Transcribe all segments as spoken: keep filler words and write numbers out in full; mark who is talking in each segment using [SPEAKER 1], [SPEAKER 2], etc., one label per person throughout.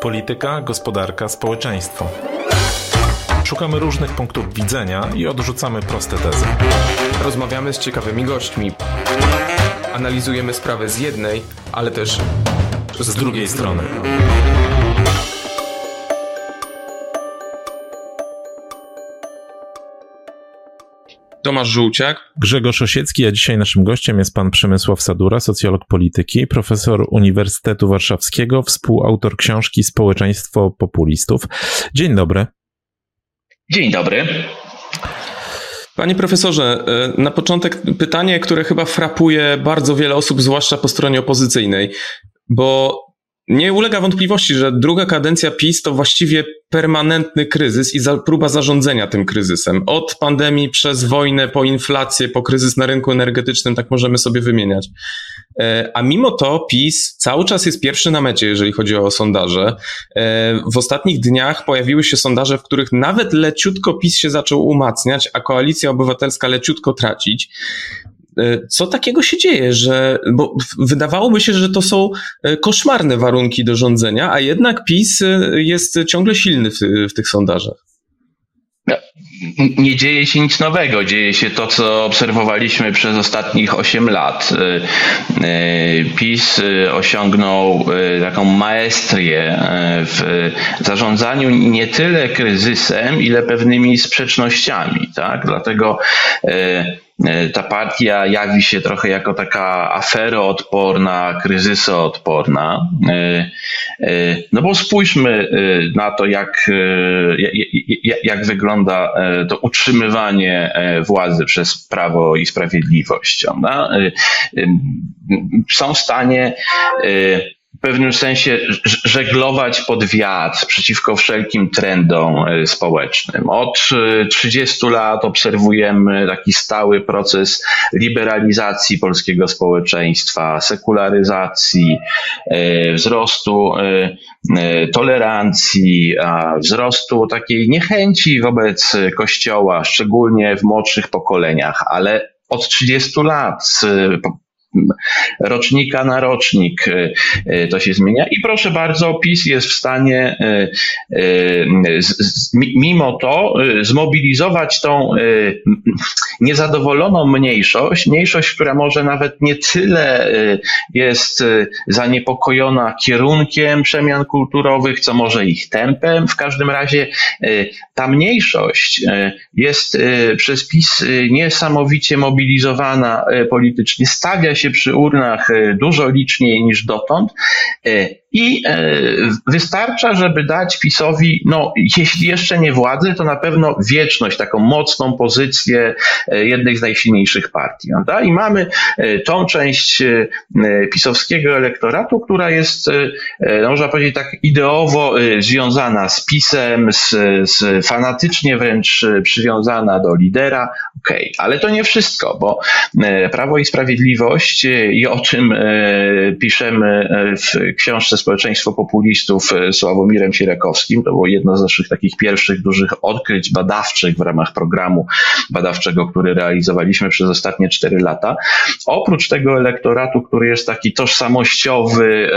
[SPEAKER 1] Polityka, gospodarka, społeczeństwo. Szukamy różnych punktów widzenia i odrzucamy proste tezy.
[SPEAKER 2] Rozmawiamy z ciekawymi gośćmi. Analizujemy sprawę z jednej, ale też z, z drugiej strony. Tomasz Żółciak.
[SPEAKER 1] Grzegorz Osiecki, a dzisiaj naszym gościem jest pan Przemysław Sadura, socjolog polityki, profesor Uniwersytetu Warszawskiego, współautor książki Społeczeństwo populistów. Dzień dobry.
[SPEAKER 3] Dzień dobry.
[SPEAKER 2] Panie profesorze, na początek pytanie, które chyba frapuje bardzo wiele osób, zwłaszcza po stronie opozycyjnej, bo nie ulega wątpliwości, że druga kadencja PiS to właściwie permanentny kryzys i za, próba zarządzania tym kryzysem. Od pandemii przez wojnę, po inflację, po kryzys na rynku energetycznym, tak możemy sobie wymieniać. A mimo to PiS cały czas jest pierwszy na mecie, jeżeli chodzi o sondaże. W ostatnich dniach pojawiły się sondaże, w których nawet leciutko PiS się zaczął umacniać, a Koalicja Obywatelska leciutko tracić. Co takiego się dzieje, że, bo wydawałoby się, że to są koszmarne warunki do rządzenia, a jednak PiS jest ciągle silny w, w tych sondażach.
[SPEAKER 3] Nie dzieje się nic nowego. Dzieje się to, co obserwowaliśmy przez ostatnich osiem lat. PiS osiągnął taką maestrię w zarządzaniu nie tyle kryzysem, ile pewnymi sprzecznościami, tak? Dlatego ta partia jawi się trochę jako taka aferoodporna, kryzysoodporna. No bo spójrzmy na to, jak, jak, jak wygląda to utrzymywanie władzy przez Prawo i Sprawiedliwość. Są w stanie w pewnym sensie żeglować pod wiatr przeciwko wszelkim trendom społecznym. Od trzydziestu lat obserwujemy taki stały proces liberalizacji polskiego społeczeństwa, sekularyzacji, wzrostu tolerancji, wzrostu takiej niechęci wobec Kościoła, szczególnie w młodszych pokoleniach, ale od trzydziestu lat rocznika na rocznik to się zmienia i proszę bardzo, PiS jest w stanie mimo to zmobilizować tą niezadowoloną mniejszość, mniejszość, która może nawet nie tyle jest zaniepokojona kierunkiem przemian kulturowych, co może ich tempem. W każdym razie ta mniejszość jest przez PiS niesamowicie mobilizowana politycznie, stawia się przy urnach dużo liczniej niż dotąd i wystarcza, żeby dać PiS-owi, no jeśli jeszcze nie władzę, to na pewno wieczność, taką mocną pozycję jednej z najsilniejszych partii. Prawda? I mamy tą część pisowskiego elektoratu, która jest, no można powiedzieć tak, ideowo związana z PiS-em, z, z fanatycznie wręcz przywiązana do lidera. Okej, okay. Ale to nie wszystko, bo Prawo i Sprawiedliwość, i o tym piszemy w książce Społeczeństwo populistów z Sławomirem Sierakowskim. To było jedno z naszych takich pierwszych dużych odkryć badawczych w ramach programu badawczego, który realizowaliśmy przez ostatnie cztery lata. Oprócz tego elektoratu, który jest taki tożsamościowy,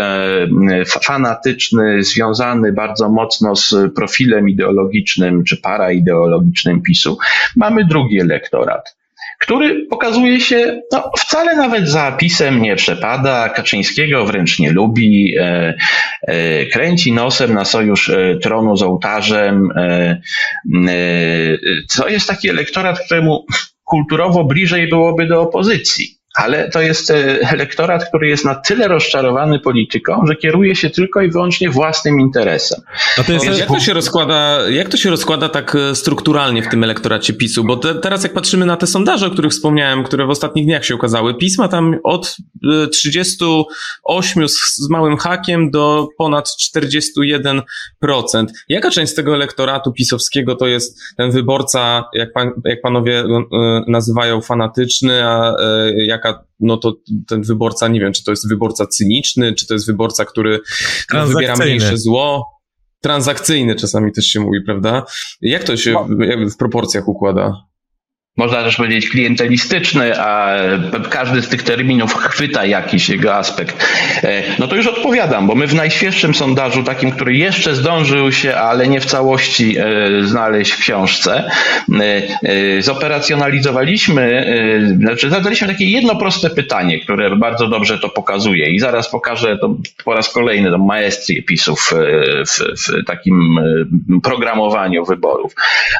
[SPEAKER 3] fanatyczny, związany bardzo mocno z profilem ideologicznym czy paraideologicznym PiS-u, mamy drugi elektorat, który pokazuje się, no, wcale nawet za PiS-em nie przepada, Kaczyńskiego wręcz nie lubi, e, e, kręci nosem na sojusz e, tronu z ołtarzem. E, e, to jest taki elektorat, któremu kulturowo bliżej byłoby do opozycji. Ale to jest elektorat, który jest na tyle rozczarowany polityką, że kieruje się tylko i wyłącznie własnym interesem.
[SPEAKER 2] A to jest... Jak to się rozkłada, jak to się rozkłada tak strukturalnie w tym elektoracie PiS-u? Bo te, teraz jak patrzymy na te sondaże, o których wspomniałem, które w ostatnich dniach się ukazały, PiS ma tam od trzydziestu ośmiu z, z małym hakiem do ponad czterdziestu jeden procent. Jaka część z tego elektoratu pisowskiego to jest ten wyborca, jak, pan, jak panowie nazywają, fanatyczny, a jaka no to ten wyborca, nie wiem, czy to jest wyborca cyniczny, czy to jest wyborca, który no, wybiera mniejsze zło. Transakcyjny czasami też się mówi, prawda? Jak to się w proporcjach układa?
[SPEAKER 3] można też powiedzieć klientelistyczny, a każdy z tych terminów chwyta jakiś jego aspekt. No to już odpowiadam, bo my w najświeższym sondażu, takim, który jeszcze zdążył się, ale nie w całości znaleźć w książce, zoperacjonalizowaliśmy, znaczy zadaliśmy takie jedno proste pytanie, które bardzo dobrze to pokazuje i zaraz pokażę to po raz kolejny, tą maestrię PiSów w, w takim programowaniu wyborów.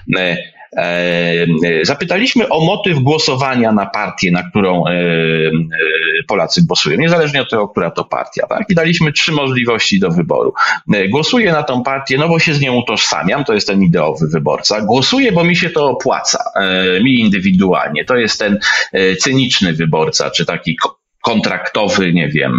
[SPEAKER 3] Zapytaliśmy o motyw głosowania na partię, na którą Polacy głosują, niezależnie od tego, która to partia, tak? I daliśmy trzy możliwości do wyboru. Głosuję na tą partię, no bo się z nią utożsamiam, to jest ten ideowy wyborca. Głosuję, bo mi się to opłaca, mi indywidualnie. To jest ten cyniczny wyborca, czy taki kontraktowy, nie wiem.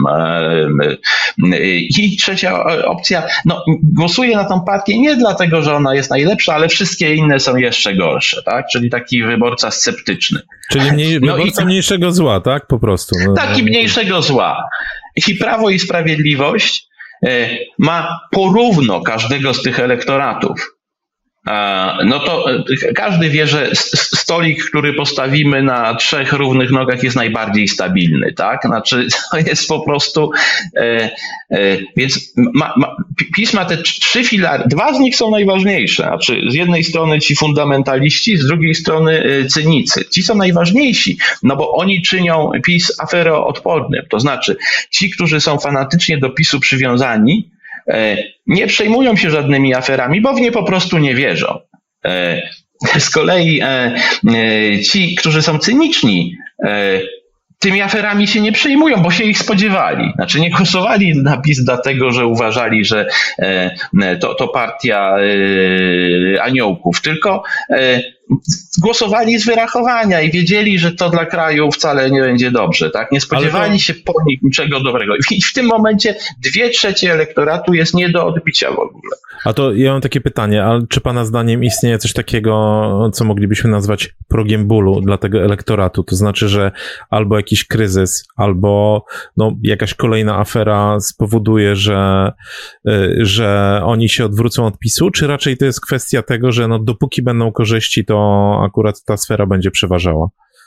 [SPEAKER 3] I trzecia opcja, no głosuję na tą partię nie dlatego, że ona jest najlepsza, ale wszystkie inne są jeszcze gorsze, tak? Czyli taki wyborca sceptyczny.
[SPEAKER 1] Czyli mniej, no wyborca i, mniejszego zła, tak? Po prostu. No,
[SPEAKER 3] taki
[SPEAKER 1] no.
[SPEAKER 3] mniejszego zła. Jeśli Prawo i Sprawiedliwość ma porówno każdego z tych elektoratów, no to każdy wie, że stolik, który postawimy na trzech równych nogach jest najbardziej stabilny, tak? Znaczy to jest po prostu, e, e, więc ma, ma, PiS ma te trzy filary, dwa z nich są najważniejsze, znaczy z jednej strony ci fundamentaliści, z drugiej strony cynicy. Ci są najważniejsi, no bo oni czynią PiS aferoodpornym, to znaczy ci, którzy są fanatycznie do PiSu przywiązani, nie przejmują się żadnymi aferami, bo w nie po prostu nie wierzą. Z kolei ci, którzy są cyniczni, tymi aferami się nie przejmują, bo się ich spodziewali. Znaczy nie głosowali na PiS dlatego, że uważali, że to, to partia aniołków, tylko głosowali z wyrachowania i wiedzieli, że to dla kraju wcale nie będzie dobrze, tak? Nie spodziewali to... się po nich niczego dobrego. I w tym momencie dwie trzecie elektoratu jest nie do odbicia w ogóle.
[SPEAKER 1] A to ja mam takie pytanie, a czy pana zdaniem istnieje coś takiego, co moglibyśmy nazwać progiem bólu dla tego elektoratu? To znaczy, że albo jakiś kryzys, albo no, jakaś kolejna afera spowoduje, że, że oni się odwrócą od PiSu, czy raczej to jest kwestia tego, że no, dopóki będą korzyści, to akurat ta sfera będzie przeważała?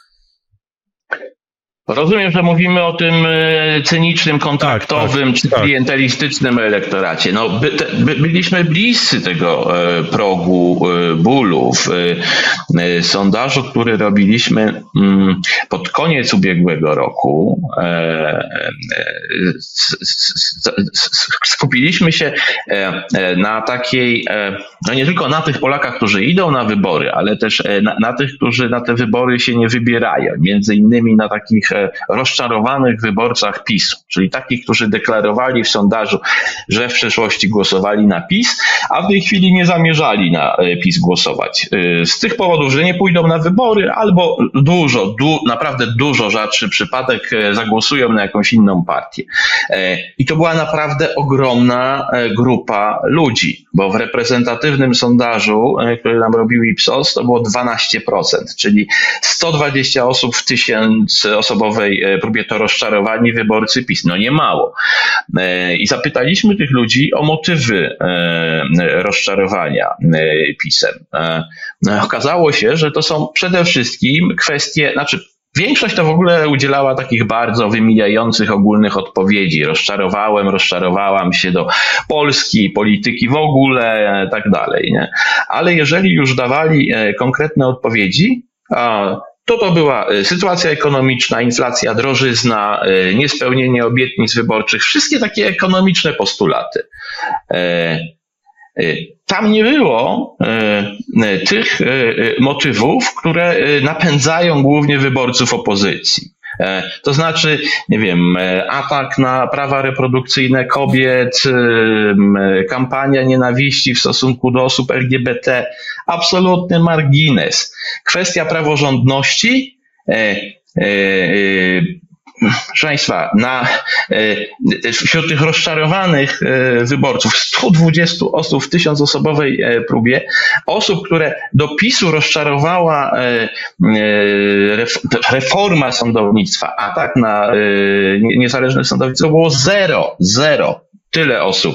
[SPEAKER 3] Rozumiem, że mówimy o tym cynicznym, kontraktowym tak, tak, czy tak. klientelistycznym elektoracie. No, by, te, by, byliśmy bliscy tego e, progu e, bólu. W e, sondażu, który robiliśmy m, pod koniec ubiegłego roku, e, e, s, s, s, skupiliśmy się e, na takiej, e, no nie tylko na tych Polakach, którzy idą na wybory, ale też na, na tych, którzy na te wybory się nie wybierają. Między innymi na takich rozczarowanych wyborcach PiSu, czyli takich, którzy deklarowali w sondażu, że w przeszłości głosowali na PiS, a w tej chwili nie zamierzali na PiS głosować. Z tych powodów, że nie pójdą na wybory, albo dużo, du, naprawdę dużo rzadszy przypadek zagłosują na jakąś inną partię. I to była naprawdę ogromna grupa ludzi, bo w reprezentatywnym sondażu, który nam robił Ipsos, to było dwanaście procent, czyli sto dwadzieścia osób w tysiąc osobowej próbie to rozczarowani wyborcy PiS. No nie mało. I zapytaliśmy tych ludzi o motywy rozczarowania PiS-em. Okazało się, że to są przede wszystkim kwestie, znaczy większość to w ogóle udzielała takich bardzo wymijających ogólnych odpowiedzi. Rozczarowałem, rozczarowałam się do Polski, polityki w ogóle, tak dalej. Nie? Ale jeżeli już dawali konkretne odpowiedzi, to to była sytuacja ekonomiczna, inflacja, drożyzna, niespełnienie obietnic wyborczych, wszystkie takie ekonomiczne postulaty. Tam nie było tych motywów, które napędzają głównie wyborców opozycji. To znaczy, nie wiem, atak na prawa reprodukcyjne kobiet, kampania nienawiści w stosunku do osób L G B T, absolutny margines. Kwestia praworządności, proszę Państwa, na, wśród tych rozczarowanych wyborców, sto dwadzieścia osób w tysiącosobowej próbie, osób, które do PiSu rozczarowała reforma sądownictwa, atak na niezależne sądownictwo, było zero, zero. tyle osób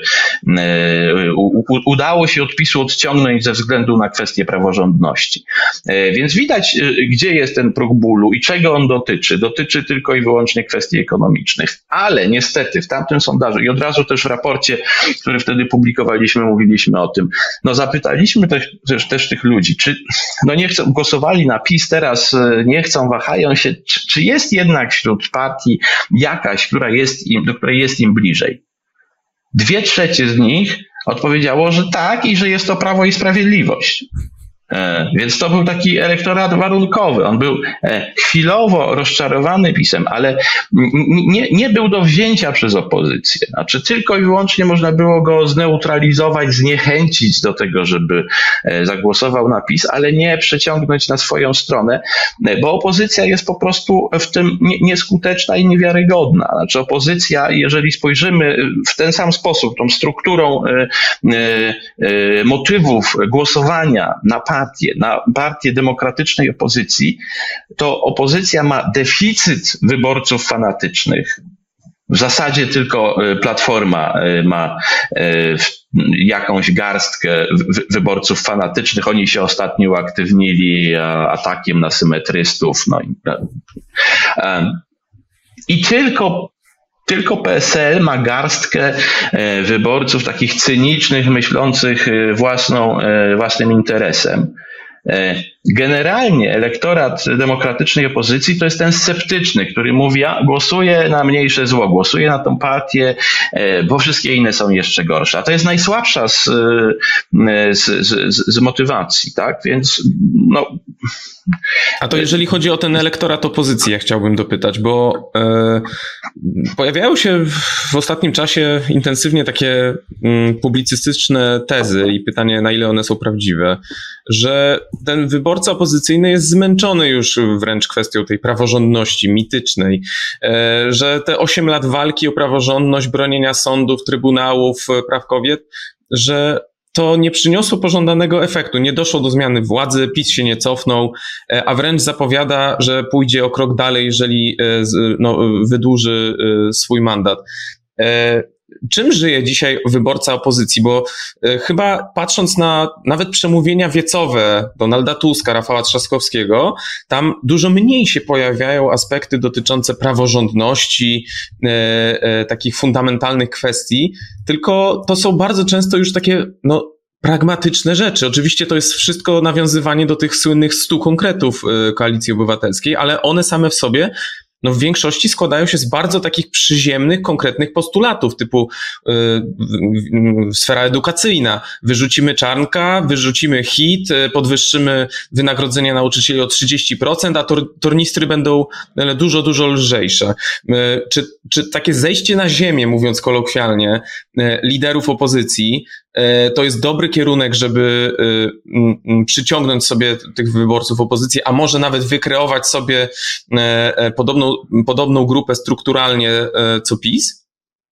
[SPEAKER 3] udało się od PiSu odciągnąć ze względu na kwestię praworządności. Więc widać, gdzie jest ten próg bólu i czego on dotyczy. Dotyczy tylko i wyłącznie kwestii ekonomicznych. Ale niestety w tamtym sondażu i od razu też w raporcie, który wtedy publikowaliśmy, mówiliśmy o tym. No zapytaliśmy też, też, też tych ludzi, czy no nie chcą, głosowali na PiS, teraz nie chcą, wahają się, czy, czy jest jednak wśród partii jakaś, która jest im, do której jest im bliżej. Dwie trzecie z nich odpowiedziało, że tak i że jest to Prawo i Sprawiedliwość. E, więc to był taki elektorat warunkowy. On był e, chwilowo rozczarowany PiS-em, ale n- nie, nie był do wzięcia przez opozycję. Znaczy tylko i wyłącznie można było go zneutralizować, zniechęcić do tego, żeby e, zagłosował na PiS, ale nie przeciągnąć na swoją stronę, e, bo opozycja jest po prostu w tym nie, nieskuteczna i niewiarygodna. Znaczy opozycja, jeżeli spojrzymy w ten sam sposób, tą strukturą e, e, motywów głosowania na partię, na partię demokratycznej opozycji, to opozycja ma deficyt wyborców fanatycznych. W zasadzie tylko Platforma ma jakąś garstkę wyborców fanatycznych. Oni się ostatnio uaktywnili atakiem na symetrystów. No i, i tylko Tylko P S L ma garstkę wyborców takich cynicznych, myślących własną, własnym interesem. Generalnie elektorat demokratycznej opozycji to jest ten sceptyczny, który mówi, ja głosuję na mniejsze zło, głosuję na tą partię, bo wszystkie inne są jeszcze gorsze. A to jest najsłabsza z, z, z, z motywacji, tak? Więc no...
[SPEAKER 2] A to jeżeli chodzi o ten elektorat opozycji, ja chciałbym dopytać, bo e, pojawiają się w ostatnim czasie intensywnie takie m, publicystyczne tezy i pytanie, na ile one są prawdziwe, że ten wyborca opozycyjny jest zmęczony już wręcz kwestią tej praworządności mitycznej, e, że te osiem lat walki o praworządność, bronienia sądów, trybunałów, praw kobiet, że to nie przyniosło pożądanego efektu, nie doszło do zmiany władzy, PiS się nie cofnął, a wręcz zapowiada, że pójdzie o krok dalej, jeżeli no, wydłuży swój mandat. Czym żyje dzisiaj wyborca opozycji? Bo chyba patrząc na nawet przemówienia wiecowe Donalda Tuska, Rafała Trzaskowskiego, tam dużo mniej się pojawiają aspekty dotyczące praworządności, e, e, takich fundamentalnych kwestii, tylko to są bardzo często już takie no, pragmatyczne rzeczy. Oczywiście to jest wszystko nawiązywanie do tych słynnych stu konkretów e, Koalicji Obywatelskiej, ale one same w sobie no w większości składają się z bardzo takich przyziemnych, konkretnych postulatów, typu yy, yy, sfera edukacyjna. Wyrzucimy Czarnka, wyrzucimy H I T, podwyższymy wynagrodzenia nauczycieli o trzydzieści procent, a tor, tornistry będą dużo, dużo lżejsze. Yy, czy, czy takie zejście na ziemię, mówiąc kolokwialnie, yy, liderów opozycji, to jest dobry kierunek, żeby przyciągnąć sobie tych wyborców opozycji, a może nawet wykreować sobie podobną, podobną grupę strukturalnie co PiS?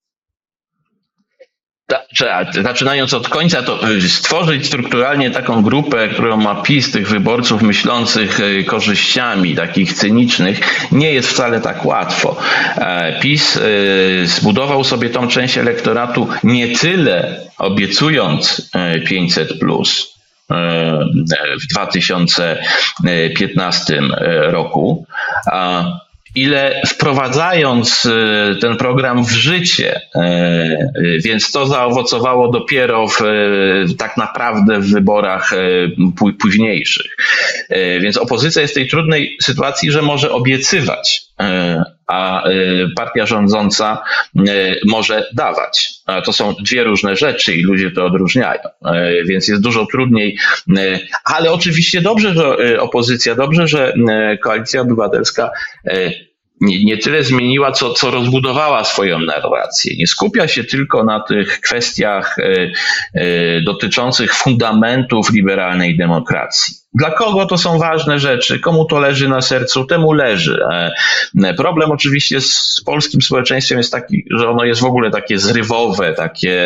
[SPEAKER 3] Zaczynając od końca, to stworzyć strukturalnie taką grupę, którą ma PiS, tych wyborców myślących korzyściami, takich cynicznych, nie jest wcale tak łatwo. PiS zbudował sobie tą część elektoratu nie tyle obiecując pięćset plus w dwa tysiące piętnastym roku, ile wprowadzając ten program w życie, więc to zaowocowało dopiero w, tak naprawdę w wyborach późniejszych. Więc opozycja jest w tej trudnej sytuacji, że może obiecywać, a partia rządząca może dawać. To są dwie różne rzeczy i ludzie to odróżniają, więc jest dużo trudniej, ale oczywiście dobrze, że opozycja, dobrze, że Koalicja Obywatelska nie, nie tyle zmieniła, co, co rozbudowała swoją narrację. Nie skupia się tylko na tych kwestiach dotyczących fundamentów liberalnej demokracji. Dla kogo to są ważne rzeczy? Komu to leży na sercu? Temu leży. Problem oczywiście z polskim społeczeństwem jest taki, że ono jest w ogóle takie zrywowe, takie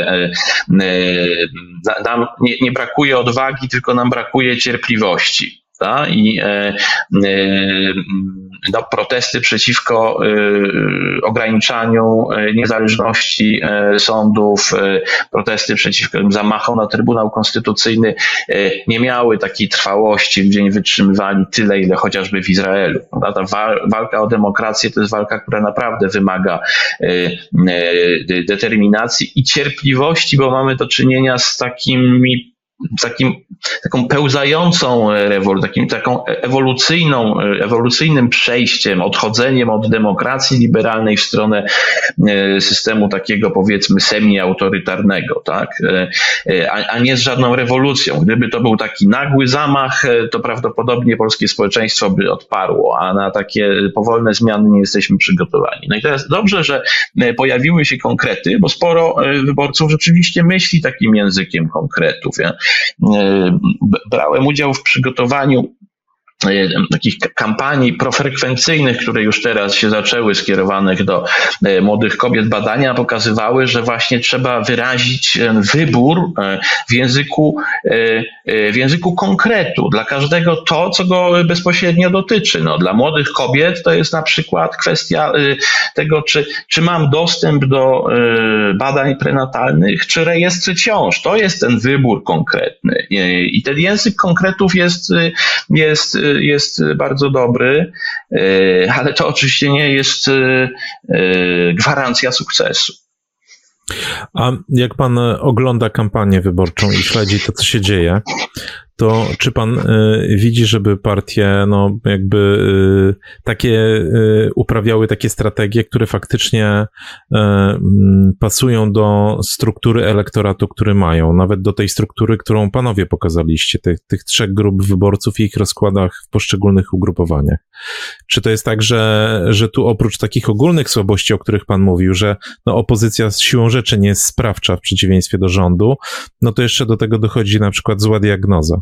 [SPEAKER 3] nam nie, nie brakuje odwagi, tylko nam brakuje cierpliwości. Ta? I e, e, no, protesty przeciwko ograniczaniu niezależności sądów, protesty przeciwko zamachom na Trybunał Konstytucyjny nie miały takiej trwałości, gdzie nie wytrzymywali tyle, ile chociażby w Izraelu. Ta walka o demokrację to jest walka, która naprawdę wymaga determinacji i cierpliwości, bo mamy do czynienia z takimi takim, taką pełzającą rewolucją, takim, taką ewolucyjną, ewolucyjnym przejściem, odchodzeniem od demokracji liberalnej w stronę systemu takiego, powiedzmy, semi-autorytarnego, tak? A, a nie z żadną rewolucją. Gdyby to był taki nagły zamach, to prawdopodobnie polskie społeczeństwo by odparło, a na takie powolne zmiany nie jesteśmy przygotowani. No i teraz dobrze, że pojawiły się konkrety, bo sporo wyborców rzeczywiście myśli takim językiem konkretów. Ja brałem udział w przygotowaniu takich kampanii profrekwencyjnych, które już teraz się zaczęły, skierowanych do młodych kobiet. Badania pokazywały, że właśnie trzeba wyrazić wybór w języku, w języku konkretu. Dla każdego to, co go bezpośrednio dotyczy. No, dla młodych kobiet to jest na przykład kwestia tego, czy, czy mam dostęp do badań prenatalnych, czy rejestry ciąż. To jest ten wybór konkretny. I ten język konkretów jest, jest jest bardzo dobry, ale to oczywiście nie jest gwarancja sukcesu.
[SPEAKER 1] A jak pan ogląda kampanię wyborczą i śledzi to, co się dzieje, to czy pan y, widzi, żeby partie no jakby y, takie y, uprawiały takie strategie, które faktycznie y, y, pasują do struktury elektoratu, który mają, nawet do tej struktury, którą panowie pokazaliście, tych, tych trzech grup wyborców i ich rozkładach w poszczególnych ugrupowaniach. Czy to jest tak, że, że tu oprócz takich ogólnych słabości, o których pan mówił, że no, opozycja z siłą rzeczy nie jest sprawcza w przeciwieństwie do rządu, no to jeszcze do tego dochodzi na przykład zła diagnoza?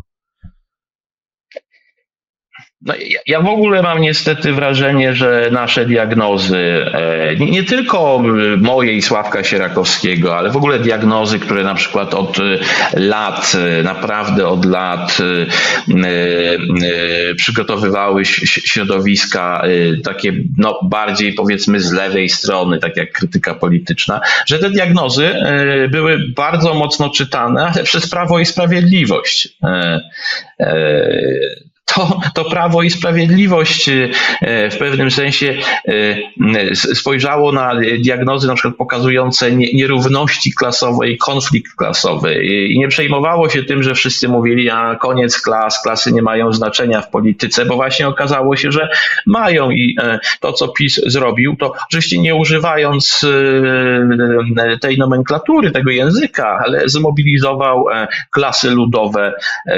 [SPEAKER 3] No, ja, ja w ogóle mam niestety wrażenie, że nasze diagnozy, e, nie, nie tylko mojej, Sławka Sierakowskiego, ale w ogóle diagnozy, które na przykład od lat, naprawdę od lat e, e, przygotowywały środowiska e, takie no, bardziej powiedzmy z lewej strony, tak jak krytyka polityczna, że te diagnozy e, były bardzo mocno czytane, ale przez Prawo i Sprawiedliwość. E, e, To, to Prawo i Sprawiedliwość w pewnym sensie spojrzało na diagnozy na przykład pokazujące nierówności klasowe i konflikt klasowy i nie przejmowało się tym, że wszyscy mówili, a koniec klas, klasy nie mają znaczenia w polityce, bo właśnie okazało się, że mają i to, co PiS zrobił, to oczywiście nie używając tej nomenklatury, tego języka, ale zmobilizował klasy ludowe,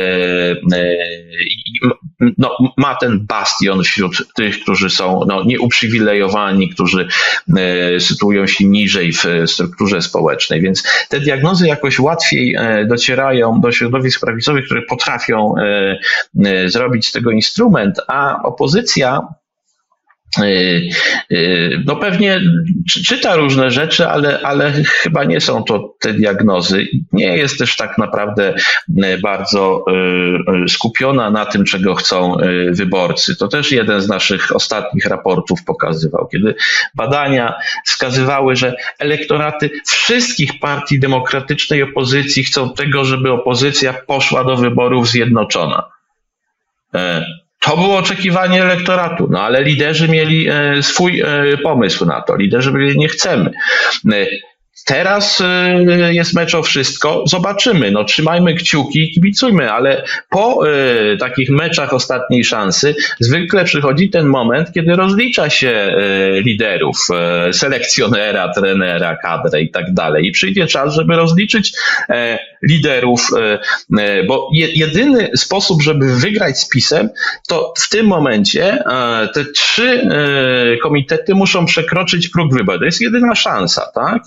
[SPEAKER 3] no, ma ten bastion wśród tych, którzy są no, nieuprzywilejowani, którzy e, sytuują się niżej w strukturze społecznej. Więc te diagnozy jakoś łatwiej e, docierają do środowisk prawicowych, które potrafią e, e, zrobić z tego instrument, a opozycja no pewnie czyta różne rzeczy, ale, ale chyba nie są to te diagnozy. Nie jest też tak naprawdę bardzo skupiona na tym, czego chcą wyborcy. To też jeden z naszych ostatnich raportów pokazywał, kiedy badania wskazywały, że elektoraty wszystkich partii demokratycznej opozycji chcą tego, żeby opozycja poszła do wyborów zjednoczona. To było oczekiwanie elektoratu, no ale liderzy mieli swój pomysł na to. Liderzy byli, nie chcemy. Teraz jest mecz o wszystko. Zobaczymy. No, trzymajmy kciuki i kibicujmy, ale po y, takich meczach ostatniej szansy zwykle przychodzi ten moment, kiedy rozlicza się y, liderów, y, selekcjonera, trenera, kadrę i tak dalej. I przyjdzie czas, żeby rozliczyć y, liderów, y, y, bo je, jedyny sposób, żeby wygrać z PiS-em, to w tym momencie y, te trzy y, komitety muszą przekroczyć próg wyborów. To jest jedyna szansa, tak? I stworzyć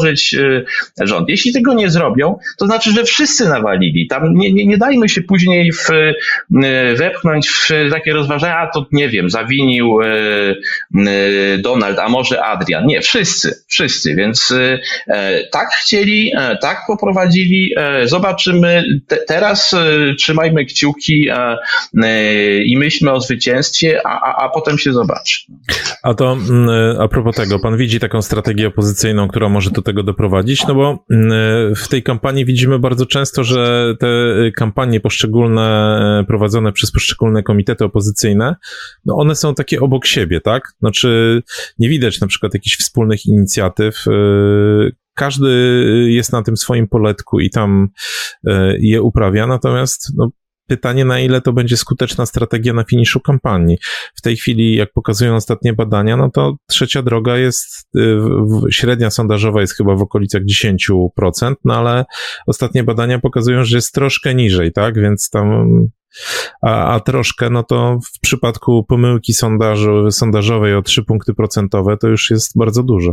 [SPEAKER 3] założyć rząd. Jeśli tego nie zrobią, to znaczy, że wszyscy nawalili. Tam nie, nie, nie dajmy się później w, wepchnąć w takie rozważania, a to nie wiem, zawinił Donald, a może Adrian. Nie, wszyscy, wszyscy, więc tak chcieli, tak poprowadzili. Zobaczymy, Te, teraz trzymajmy kciuki i myślmy o zwycięstwie, a, a, a potem się zobaczy.
[SPEAKER 1] A to a propos tego, pan widzi taką strategię opozycyjną, która może do tego doprowadzić? No bo w tej kampanii widzimy bardzo często, że te kampanie poszczególne prowadzone przez poszczególne komitety opozycyjne, no one są takie obok siebie, tak? Znaczy nie widać na przykład jakichś wspólnych inicjatyw. Każdy jest na tym swoim poletku i tam je uprawia, natomiast no, pytanie, na ile to będzie skuteczna strategia na finiszu kampanii. W tej chwili, jak pokazują ostatnie badania, no to trzecia droga jest, średnia sondażowa jest chyba w okolicach dziesięć procent, no ale ostatnie badania pokazują, że jest troszkę niżej, tak, więc tam, a, a troszkę, no to w przypadku pomyłki sondażu, sondażowej o trzy punkty procentowe to już jest bardzo dużo.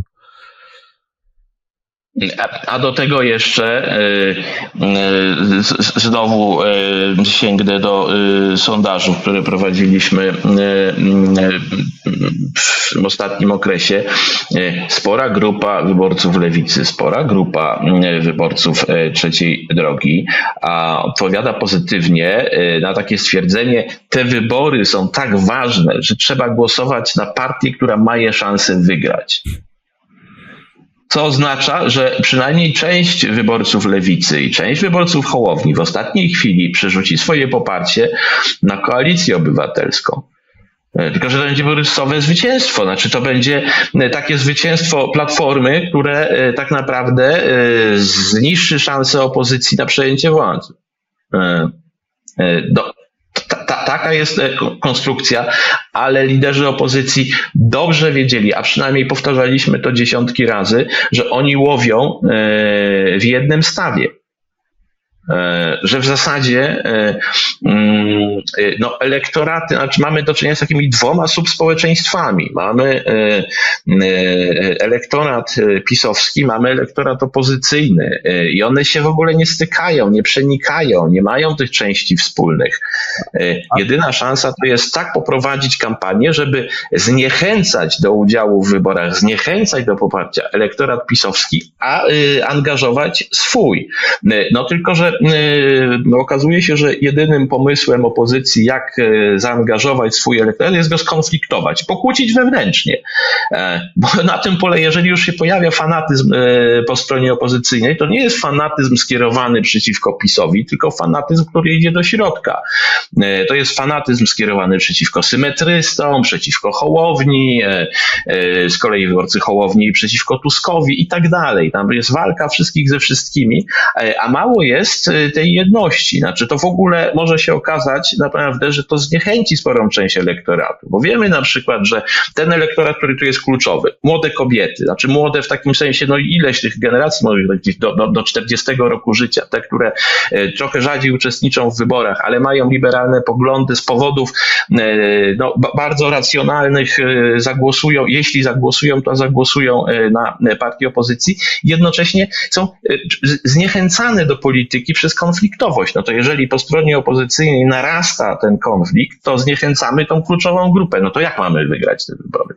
[SPEAKER 3] A do tego jeszcze znowu sięgnę do sondażów, które prowadziliśmy w ostatnim okresie. Spora grupa wyborców lewicy, spora grupa wyborców trzeciej drogi odpowiada pozytywnie na takie stwierdzenie: te wybory są tak ważne, że trzeba głosować na partię, która ma je szansę wygrać. Co oznacza, że przynajmniej część wyborców lewicy i część wyborców Hołowni w ostatniej chwili przerzuci swoje poparcie na Koalicję Obywatelską. Tylko że to będzie rysowe zwycięstwo. Znaczy to będzie takie zwycięstwo Platformy, które tak naprawdę zniszczy szanse opozycji na przejęcie władzy. Do Ta, ta, taka jest konstrukcja, ale liderzy opozycji dobrze wiedzieli, a przynajmniej powtarzaliśmy to dziesiątki razy, że oni łowią w jednym stawie. Że w zasadzie no, elektoraty, znaczy mamy do czynienia z takimi dwoma subspołeczeństwami. Mamy elektorat pisowski, mamy elektorat opozycyjny i one się w ogóle nie stykają, nie przenikają, nie mają tych części wspólnych. Jedyna szansa to jest tak poprowadzić kampanię, żeby zniechęcać do udziału w wyborach, zniechęcać do poparcia elektorat pisowski, a angażować swój. No tylko, że No, okazuje się, że jedynym pomysłem opozycji, jak zaangażować swój elektorat, jest go skonfliktować, pokłócić wewnętrznie. Bo na tym pole, jeżeli już się pojawia fanatyzm po stronie opozycyjnej, to nie jest fanatyzm skierowany przeciwko PiS-owi, tylko fanatyzm, który idzie do środka. To jest fanatyzm skierowany przeciwko symetrystom, przeciwko Hołowni, z kolei wyborcy Hołowni przeciwko Tuskowi i tak dalej. Tam jest walka wszystkich ze wszystkimi, a mało jest tej jedności. Znaczy to w ogóle może się okazać naprawdę, że to zniechęci sporą część elektoratu, bo wiemy na przykład, że ten elektorat, który tu jest kluczowy, młode kobiety, znaczy młode w takim sensie, no ileś tych generacji może do, do, do czterdziestego roku życia, te, które trochę rzadziej uczestniczą w wyborach, ale mają liberalne poglądy z powodów no, bardzo racjonalnych, zagłosują, jeśli zagłosują, to zagłosują na partię opozycji, jednocześnie są zniechęcane do polityki przez konfliktowość. No to jeżeli po stronie opozycyjnej narasta ten konflikt, to zniechęcamy tą kluczową grupę. No to jak mamy wygrać te wybory?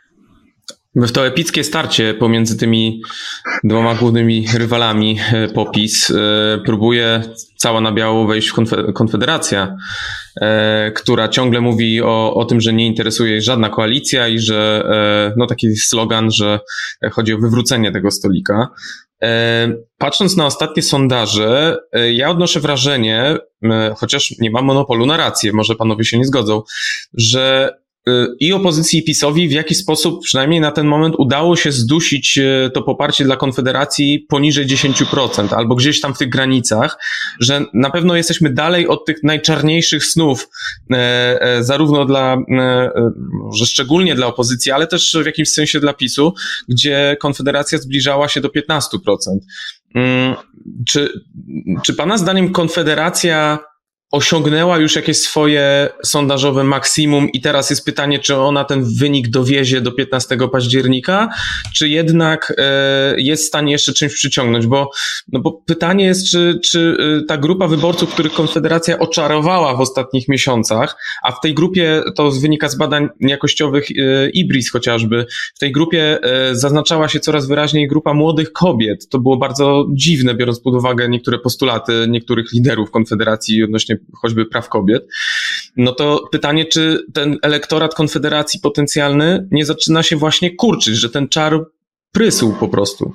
[SPEAKER 2] W to epickie starcie pomiędzy tymi dwoma głównymi rywalami PO-PiS próbuje cała na biało wejść w Konfederacja, która ciągle mówi o, o tym, że nie interesuje jej żadna koalicja i że no taki slogan, że chodzi o wywrócenie tego stolika. Patrząc na ostatnie sondaże, ja odnoszę wrażenie, chociaż nie mam monopolu na rację, może panowie się nie zgodzą, że i opozycji, i PiS-owi w jakiś sposób, przynajmniej na ten moment, udało się zdusić to poparcie dla Konfederacji poniżej dziesięć procent, albo gdzieś tam w tych granicach, że na pewno jesteśmy dalej od tych najczarniejszych snów, e, e, zarówno dla, e, może szczególnie dla opozycji, ale też w jakimś sensie dla PiS-u, gdzie Konfederacja zbliżała się do piętnaście procent. Hmm, czy, czy pana zdaniem Konfederacja osiągnęła już jakieś swoje sondażowe maksimum i teraz jest pytanie, czy ona ten wynik dowiezie do piętnastego października, czy jednak e, jest w stanie jeszcze czymś przyciągnąć, bo, no bo pytanie jest, czy, czy ta grupa wyborców, których Konfederacja oczarowała w ostatnich miesiącach, a w tej grupie, to wynika z badań jakościowych e, IBRIS chociażby, w tej grupie e, zaznaczała się coraz wyraźniej grupa młodych kobiet. To było bardzo dziwne, biorąc pod uwagę niektóre postulaty niektórych liderów Konfederacji odnośnie choćby praw kobiet, no to pytanie, czy ten elektorat Konfederacji potencjalny nie zaczyna się właśnie kurczyć, że ten czar prysł po prostu.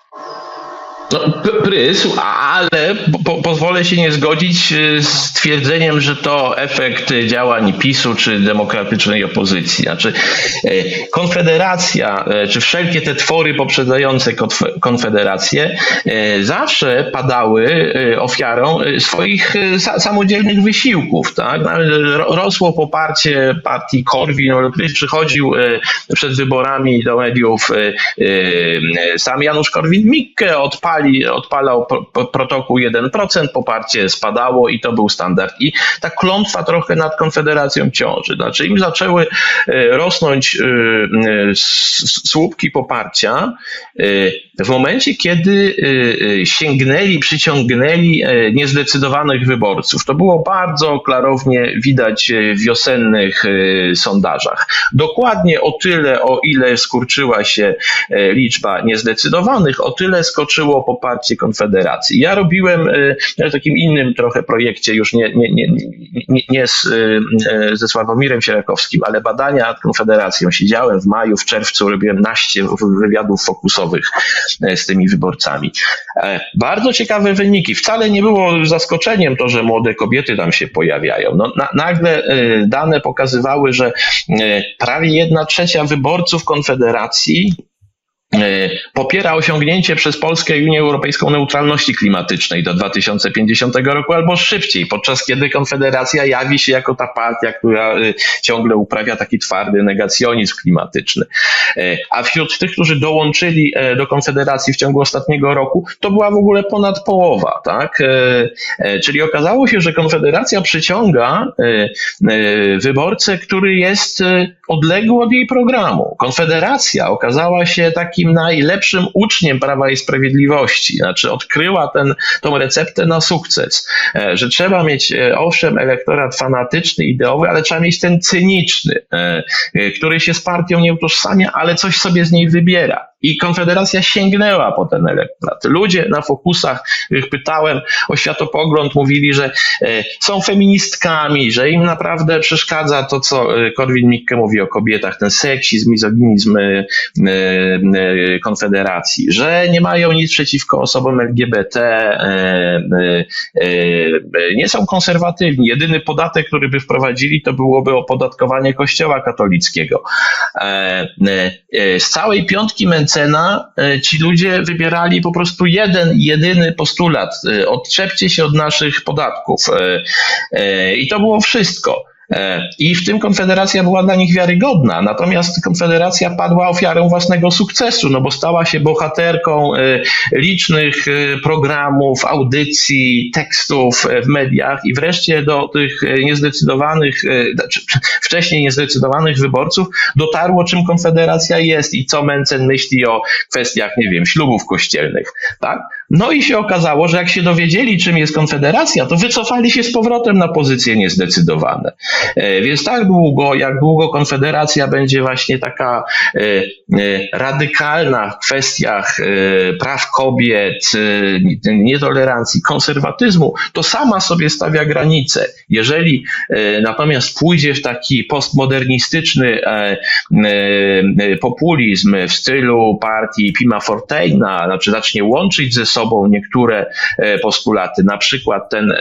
[SPEAKER 3] No, prysł, ale po, pozwolę się nie zgodzić z twierdzeniem, że to efekt działań PiSu czy demokratycznej opozycji. Znaczy, Konfederacja, czy wszelkie te twory poprzedzające Konfederację zawsze padały ofiarą swoich samodzielnych wysiłków. Tak? Rosło poparcie partii Korwin, który przychodził przed wyborami do mediów sam Janusz Korwin-Mikke, odpalił odpalał protokół jeden procent, poparcie spadało i to był standard. I ta klątwa trochę nad Konfederacją ciąży. Znaczy im zaczęły rosnąć słupki poparcia w momencie, kiedy sięgnęli, przyciągnęli niezdecydowanych wyborców. To było bardzo klarownie widać w wiosennych sondażach. Dokładnie o tyle, o ile skurczyła się liczba niezdecydowanych, o tyle skoczyło poparcie Konfederacji. Ja robiłem w takim innym trochę projekcie, już nie, nie, nie, nie, nie z, ze Sławomirem Sierakowskim, ale badania nad Konfederacją. Siedziałem w maju, w czerwcu, robiłem naście wywiadów fokusowych z tymi wyborcami. Bardzo ciekawe wyniki. Wcale nie było zaskoczeniem to, że młode kobiety tam się pojawiają. No, na, nagle dane pokazywały, że prawie jedna trzecia wyborców Konfederacji popiera osiągnięcie przez Polskę i Unię Europejską neutralności klimatycznej do dwa tysiące pięćdziesiątego roku albo szybciej, podczas kiedy Konfederacja jawi się jako ta partia, która ciągle uprawia taki twardy negacjonizm klimatyczny. A wśród tych, którzy dołączyli do Konfederacji w ciągu ostatniego roku, to była w ogóle ponad połowa, tak? Czyli okazało się, że Konfederacja przyciąga wyborcę, który jest odległy od jej programu. Konfederacja okazała się takim najlepszym uczniem Prawa i Sprawiedliwości. Znaczy odkryła ten, tą receptę na sukces, że trzeba mieć owszem elektorat fanatyczny, ideowy, ale trzeba mieć ten cyniczny, który się z partią nie utożsamia, ale coś sobie z niej wybiera. I Konfederacja sięgnęła po ten elektorat. Ludzie na fokusach, których pytałem o światopogląd, mówili, że są feministkami, że im naprawdę przeszkadza to, co Korwin-Mikke mówi o kobietach, ten seksizm, mizoginizm Konfederacji, że nie mają nic przeciwko osobom L G B T, nie są konserwatywni. Jedyny podatek, który by wprowadzili, to byłoby opodatkowanie Kościoła katolickiego. Z całej piątki Mencena ci ludzie wybierali po prostu jeden, jedyny postulat. Odczepcie się od naszych podatków. I to było wszystko. I w tym Konfederacja była dla nich wiarygodna, natomiast Konfederacja padła ofiarą własnego sukcesu, no bo stała się bohaterką licznych programów, audycji, tekstów w mediach i wreszcie do tych niezdecydowanych, wcześniej niezdecydowanych wyborców dotarło, czym Konfederacja jest i co Mencen myśli o kwestiach, nie wiem, ślubów kościelnych, tak? No i się okazało, że jak się dowiedzieli, czym jest Konfederacja, to wycofali się z powrotem na pozycje niezdecydowane. Więc tak długo, jak długo Konfederacja będzie właśnie taka radykalna w kwestiach praw kobiet, nietolerancji, konserwatyzmu, to sama sobie stawia granice. Jeżeli natomiast pójdzie w taki postmodernistyczny populizm w stylu partii Pima Forteyna, znaczy zacznie łączyć ze sobą niektóre postulaty, na przykład ten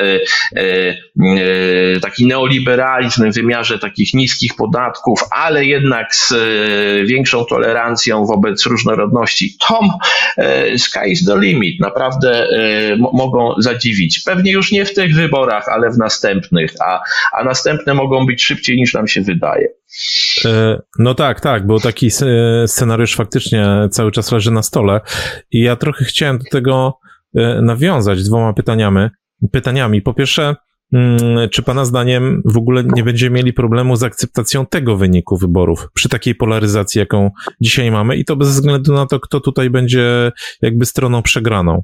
[SPEAKER 3] taki neoliberalizm w wymiarze takich niskich podatków, ale jednak z większą tolerancją wobec różnorodności, to sky is the limit. Naprawdę mogą zadziwić. Pewnie już nie w tych wyborach, ale w następnych, a, a następne mogą być szybciej niż nam się wydaje.
[SPEAKER 1] No tak, tak, bo taki scenariusz faktycznie cały czas leży na stole i ja trochę chciałem do tego nawiązać dwoma pytaniami. Pytaniami. Po pierwsze, Czy pana zdaniem w ogóle nie będziemy mieli problemu z akceptacją tego wyniku wyborów przy takiej polaryzacji, jaką dzisiaj mamy, i to bez względu na to, kto tutaj będzie jakby stroną przegraną?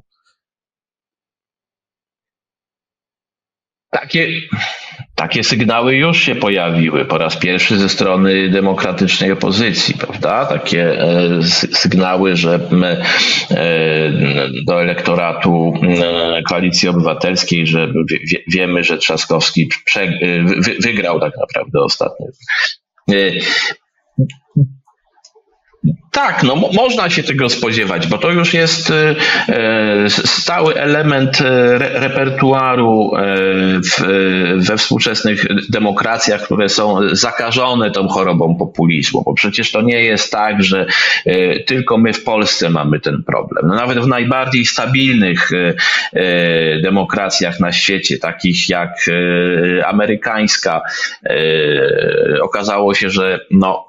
[SPEAKER 3] Takie, takie sygnały już się pojawiły po raz pierwszy ze strony demokratycznej opozycji, prawda? Takie e, sygnały, że my, e, do elektoratu e, Koalicji Obywatelskiej, że wie, wiemy, że Trzaskowski prze, wy, wygrał tak naprawdę ostatnio. E, Tak, no mo- można się tego spodziewać, bo to już jest e, stały element re- repertuaru e, w, we współczesnych demokracjach, które są zakażone tą chorobą populizmu, bo przecież to nie jest tak, że e, tylko my w Polsce mamy ten problem. No nawet w najbardziej stabilnych e, e, demokracjach na świecie, takich jak e, amerykańska, e, okazało się, że no,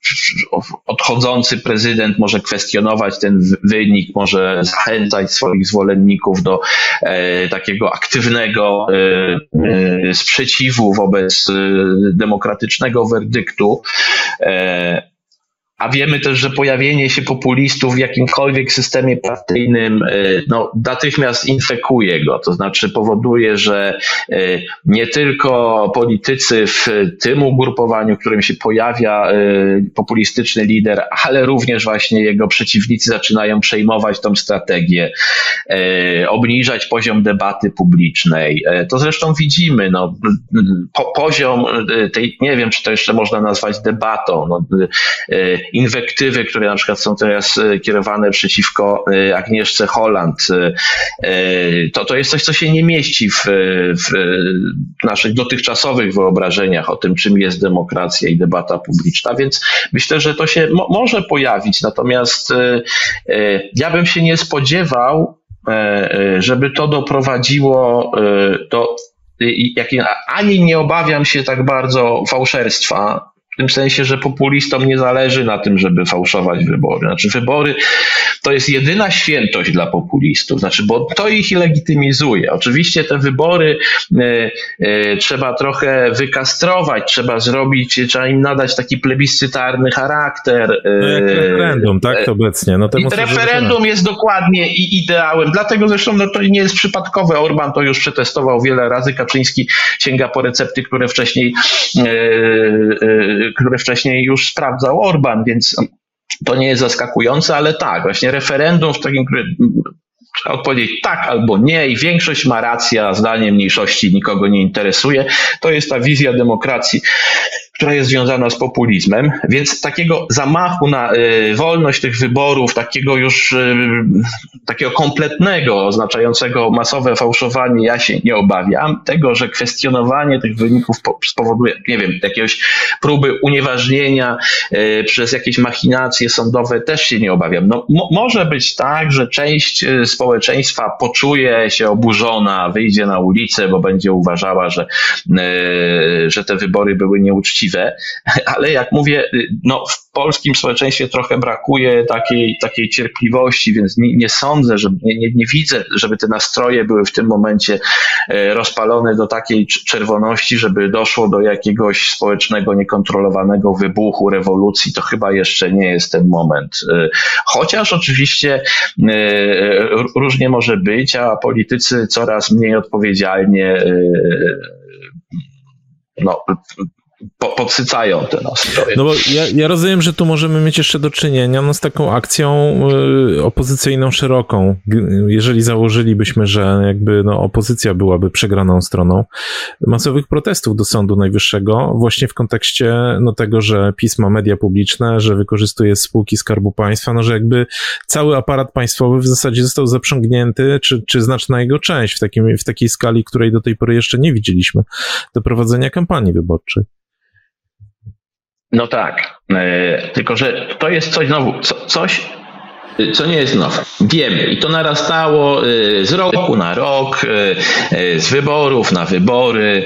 [SPEAKER 3] odchodzący prezydent może kwestionować ten wynik, może zachęcać swoich zwolenników do e, takiego aktywnego e, e, sprzeciwu wobec e, demokratycznego werdyktu. E, A wiemy też, że pojawienie się populistów w jakimkolwiek systemie partyjnym no, natychmiast infekuje go. To znaczy powoduje, że nie tylko politycy w tym ugrupowaniu, w którym się pojawia populistyczny lider, ale również właśnie jego przeciwnicy zaczynają przejmować tą strategię, obniżać poziom debaty publicznej. To zresztą widzimy. No, po, poziom tej, nie wiem, czy to jeszcze można nazwać debatą, no, inwektywy, które na przykład są teraz kierowane przeciwko Agnieszce Holland, to, to jest coś, co się nie mieści w, w naszych dotychczasowych wyobrażeniach o tym, czym jest demokracja i debata publiczna, więc myślę, że to się mo- może pojawić, natomiast ja bym się nie spodziewał, żeby to doprowadziło do, ani nie obawiam się tak bardzo fałszerstwa, w tym sensie, że populistom nie zależy na tym, żeby fałszować wybory. Znaczy wybory to jest jedyna świętość dla populistów, znaczy, bo to ich legitymizuje. Oczywiście te wybory e, e, trzeba trochę wykastrować, trzeba zrobić, trzeba im nadać taki plebiscytarny charakter. E,
[SPEAKER 1] no jak referendum, tak, to obecnie. No to
[SPEAKER 3] I referendum jest dokładnie i ideałem, dlatego zresztą no, to nie jest przypadkowe. Orbán to już przetestował wiele razy, Kaczyński sięga po recepty, które wcześniej e, e, które wcześniej już sprawdzał Orbán, więc to nie jest zaskakujące, ale tak, właśnie referendum w takim, które trzeba odpowiedzieć tak albo nie i większość ma rację, a zdanie mniejszości nikogo nie interesuje. To jest ta wizja demokracji, która jest związana z populizmem, więc takiego zamachu na y, wolność tych wyborów, takiego już y, takiego kompletnego, oznaczającego masowe fałszowanie, ja się nie obawiam. Tego, że kwestionowanie tych wyników po, spowoduje, nie wiem, jakiegoś próby unieważnienia y, przez jakieś machinacje sądowe, też się nie obawiam. No, mo, może być tak, że część y, społeczeństwa poczuje się oburzona, wyjdzie na ulicę, bo będzie uważała, że, y, że te wybory były nieuczciwe. Ale jak mówię, no w polskim społeczeństwie trochę brakuje takiej, takiej cierpliwości, więc nie, nie sądzę, że nie, nie, nie widzę, żeby te nastroje były w tym momencie rozpalone do takiej czerwoności, żeby doszło do jakiegoś społecznego, niekontrolowanego wybuchu, rewolucji. To chyba jeszcze nie jest ten moment. Chociaż oczywiście różnie może być, a politycy coraz mniej odpowiedzialnie no Po, podsycają te nastroje.
[SPEAKER 1] No bo ja, ja rozumiem, że tu możemy mieć jeszcze do czynienia no, z taką akcją y, opozycyjną szeroką. Jeżeli założylibyśmy, że jakby no, opozycja byłaby przegraną stroną masowych protestów do Sądu Najwyższego właśnie w kontekście no, tego, że PiS ma media publiczne, że wykorzystuje spółki Skarbu Państwa, no że jakby cały aparat państwowy w zasadzie został zaprzągnięty, czy, czy znaczna jego część w, takim, w takiej skali, której do tej pory jeszcze nie widzieliśmy, do prowadzenia kampanii wyborczej.
[SPEAKER 3] No tak, e, tylko że to jest coś znowu, co, coś, co nie jest nowe. Wiemy i to narastało z roku na rok, z wyborów na wybory.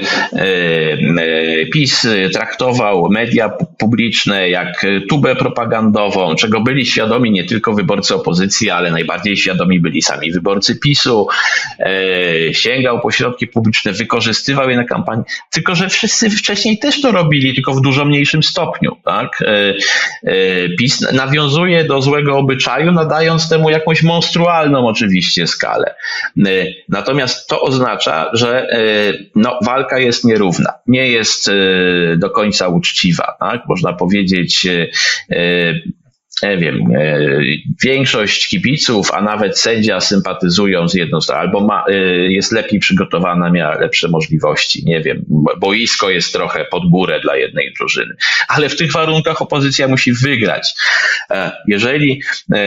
[SPEAKER 3] PiS traktował media publiczne jak tubę propagandową, czego byli świadomi nie tylko wyborcy opozycji, ale najbardziej świadomi byli sami wyborcy PiSu. Sięgał po środki publiczne, wykorzystywał je na kampanię, tylko że wszyscy wcześniej też to robili, tylko w dużo mniejszym stopniu. Tak? PiS nawiązuje do złego obyczaju, nadając temu jakąś monstrualną oczywiście skalę. Natomiast to oznacza, że no, walka jest nierówna, nie jest do końca uczciwa. Tak? Można powiedzieć, nie wiem, większość kibiców, a nawet sędzia sympatyzują z jedną stroną, albo ma, jest lepiej przygotowana, miała lepsze możliwości, nie wiem, boisko jest trochę pod górę dla jednej drużyny, ale w tych warunkach opozycja musi wygrać. Jeżeli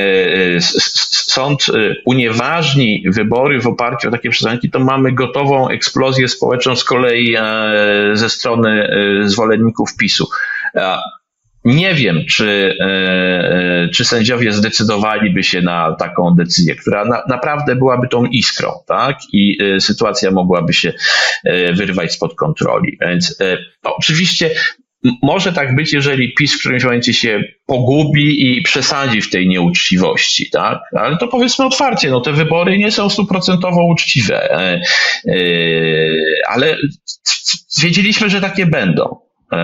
[SPEAKER 3] sąd unieważni wybory w oparciu o takie przesłanki, to mamy gotową eksplozję społeczną z kolei ze strony zwolenników PiSu. Nie wiem, czy, czy sędziowie zdecydowaliby się na taką decyzję, która na, naprawdę byłaby tą iskrą, tak? I sytuacja mogłaby się wyrwać spod kontroli. Więc no, oczywiście może tak być, jeżeli PiS w którymś momencie się pogubi i przesadzi w tej nieuczciwości, tak? Ale to powiedzmy otwarcie, no te wybory nie są stuprocentowo uczciwe, ale wiedzieliśmy, że takie będą.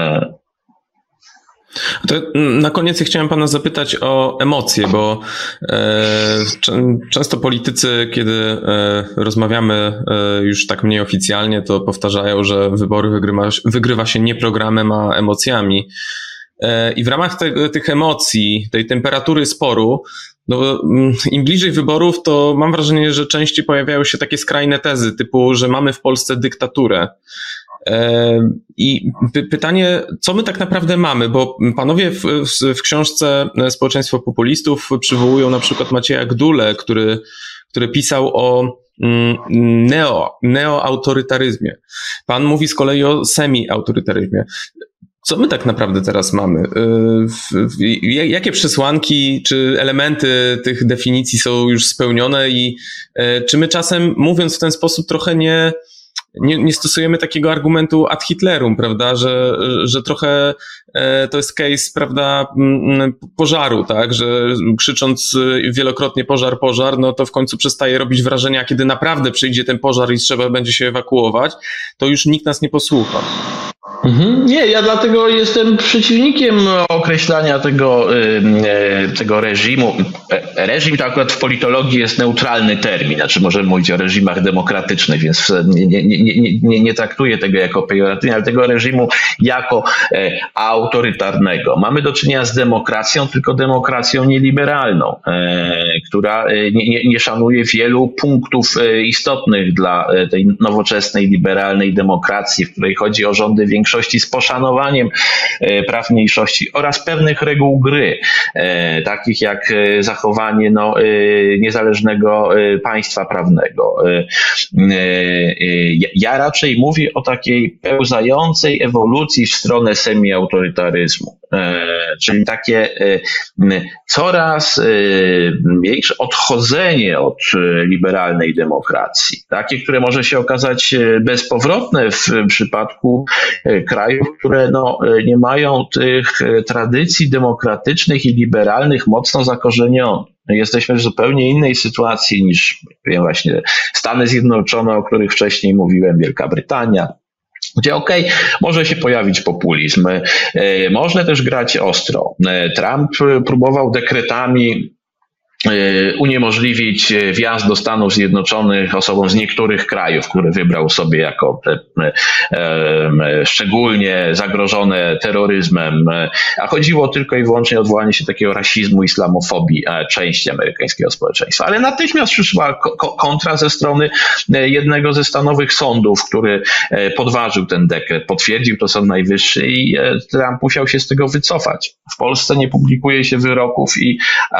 [SPEAKER 2] To na koniec chciałem pana zapytać o emocje, bo e, często politycy, kiedy e, rozmawiamy e, już tak mniej oficjalnie, to powtarzają, że wybory wygrywa, wygrywa się nie programem, a emocjami. E, I w ramach te, tych emocji, tej temperatury sporu, no, im bliżej wyborów, to mam wrażenie, że częściej pojawiają się takie skrajne tezy, typu, że mamy w Polsce dyktaturę. I pytanie, co my tak naprawdę mamy, bo panowie w, w książce Społeczeństwo populistów przywołują na przykład Macieja Gdulę, który, który pisał o neo, neoautorytaryzmie. Pan mówi z kolei o semi-autorytaryzmie. Co my tak naprawdę teraz mamy? Jakie przesłanki czy elementy tych definicji są już spełnione i czy my czasem, mówiąc w ten sposób, trochę nie Nie, nie stosujemy takiego argumentu ad Hitlerum, prawda, że, że trochę e, to jest case, prawda, m, pożaru, tak, że krzycząc wielokrotnie pożar, pożar, no to w końcu przestaje robić wrażenia, kiedy naprawdę przyjdzie ten pożar i trzeba będzie się ewakuować, to już nikt nas nie posłucha.
[SPEAKER 3] Mhm. Nie, ja dlatego jestem przeciwnikiem określania tego, tego reżimu. Reżim to akurat w politologii jest neutralny termin, znaczy możemy mówić o reżimach demokratycznych, więc nie, nie, nie, nie, nie traktuję tego jako pejoratywnie, ale tego reżimu jako autorytarnego. Mamy do czynienia z demokracją, tylko demokracją nieliberalną, która nie, nie, nie szanuje wielu punktów istotnych dla tej nowoczesnej, liberalnej demokracji, w której chodzi o rządy większości z poszanowaniem praw mniejszości oraz pewnych reguł gry, takich jak zachowanie no, niezależnego państwa prawnego. Ja raczej mówię o takiej pełzającej ewolucji w stronę semi-autorytaryzmu, czyli takie coraz większe odchodzenie od liberalnej demokracji, takie, które może się okazać bezpowrotne w przypadku krajów, które no, nie mają tych tradycji demokratycznych i liberalnych mocno zakorzenionych. Jesteśmy w zupełnie innej sytuacji niż wiem, właśnie Stany Zjednoczone, o których wcześniej mówiłem, Wielka Brytania, gdzie okej, okay, może się pojawić populizm, można też grać ostro. Trump próbował dekretami uniemożliwić wjazd do Stanów Zjednoczonych osobom z niektórych krajów, które wybrał sobie jako te, e, szczególnie zagrożone terroryzmem, a chodziło tylko i wyłącznie o odwołanie się takiego rasizmu, islamofobii części amerykańskiego społeczeństwa. Ale natychmiast przyszła ko- kontra ze strony jednego ze stanowych sądów, który podważył ten dekret, potwierdził to Sąd Najwyższy i Trump musiał się z tego wycofać. W Polsce nie publikuje się wyroków i a,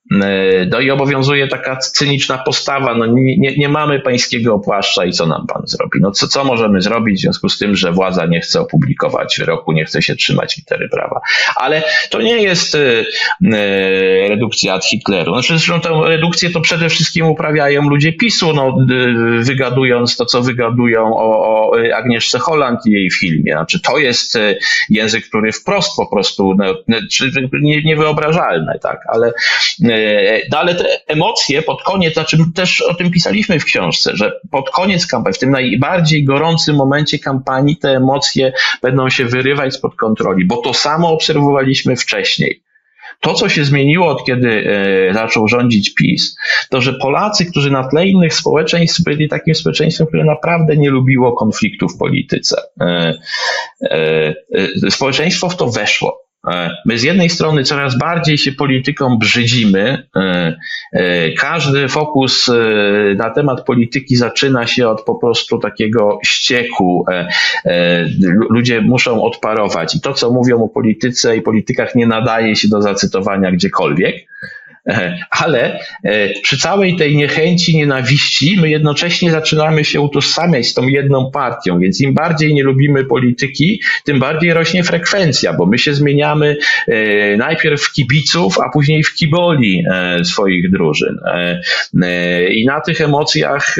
[SPEAKER 3] No i obowiązuje taka cyniczna postawa, no nie, nie, nie mamy pańskiego płaszcza i co nam pan zrobi? No co, co możemy zrobić w związku z tym, że władza nie chce opublikować wyroku, nie chce się trzymać litery prawa. Ale to nie jest y, y, redukcja ad Hitleru. Znaczy, zresztą tę redukcję to przede wszystkim uprawiają ludzie PiSu, no, y, wygadując to, co wygadują o, o Agnieszce Holland i jej filmie. Znaczy, to jest y, język, który wprost po prostu no, nie, niewyobrażalny, tak, ale No ale te emocje pod koniec, znaczy też o tym pisaliśmy w książce, że pod koniec kampanii, w tym najbardziej gorącym momencie kampanii te emocje będą się wyrywać spod kontroli, bo to samo obserwowaliśmy wcześniej. To, co się zmieniło od kiedy e, zaczął rządzić PiS, to że Polacy, którzy na tle innych społeczeństw byli takim społeczeństwem, które naprawdę nie lubiło konfliktu w polityce. E, e, e, społeczeństwo w to weszło. My z jednej strony coraz bardziej się polityką brzydzimy. Każdy fokus na temat polityki zaczyna się od po prostu takiego ścieku. Ludzie muszą odparować i to, co mówią o polityce i politykach, nie nadaje się do zacytowania gdziekolwiek. Ale przy całej tej niechęci, nienawiści, my jednocześnie zaczynamy się utożsamiać z tą jedną partią, więc im bardziej nie lubimy polityki, tym bardziej rośnie frekwencja, bo my się zmieniamy najpierw w kibiców, a później w kiboli swoich drużyn. I na tych emocjach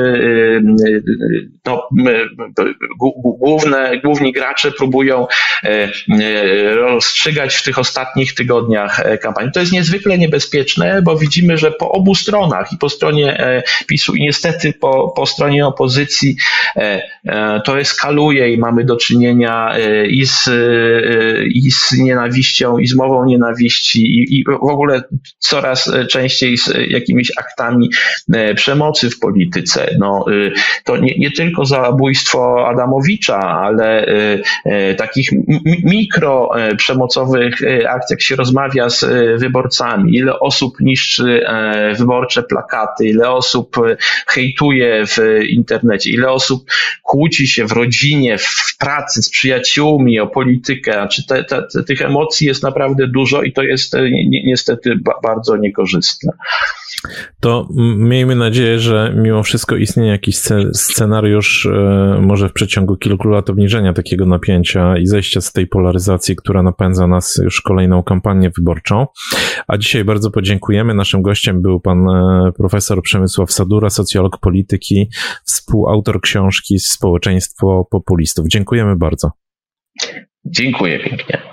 [SPEAKER 3] no, główne, główni gracze próbują rozstrzygać w tych ostatnich tygodniach kampanii. To jest niezwykle niebezpieczne, bo widzimy, że po obu stronach, i po stronie PiSu, i niestety po, po stronie opozycji, to eskaluje i mamy do czynienia i z, i z nienawiścią, i z mową nienawiści, i, i w ogóle coraz częściej z jakimiś aktami przemocy w polityce. No, to nie, nie tylko zabójstwo Adamowicza, ale takich mikro przemocowych akcji, jak się rozmawia z wyborcami, ile osób niszczy wyborcze plakaty, ile osób hejtuje w internecie, ile osób kłóci się w rodzinie, w pracy z przyjaciółmi o politykę. Znaczy te, te, te, tych emocji jest naprawdę dużo i to jest ni- niestety ba- bardzo niekorzystne.
[SPEAKER 1] To miejmy nadzieję, że mimo wszystko istnieje jakiś scenariusz, może w przeciągu kilku lat obniżenia takiego napięcia i zejścia z tej polaryzacji, która napędza nas już kolejną kampanię wyborczą. A dzisiaj bardzo podziękujemy. Naszym gościem był pan profesor Przemysław Sadura, socjolog polityki, współautor książki Społeczeństwo populistów. Dziękujemy bardzo.
[SPEAKER 3] Dziękuję pięknie.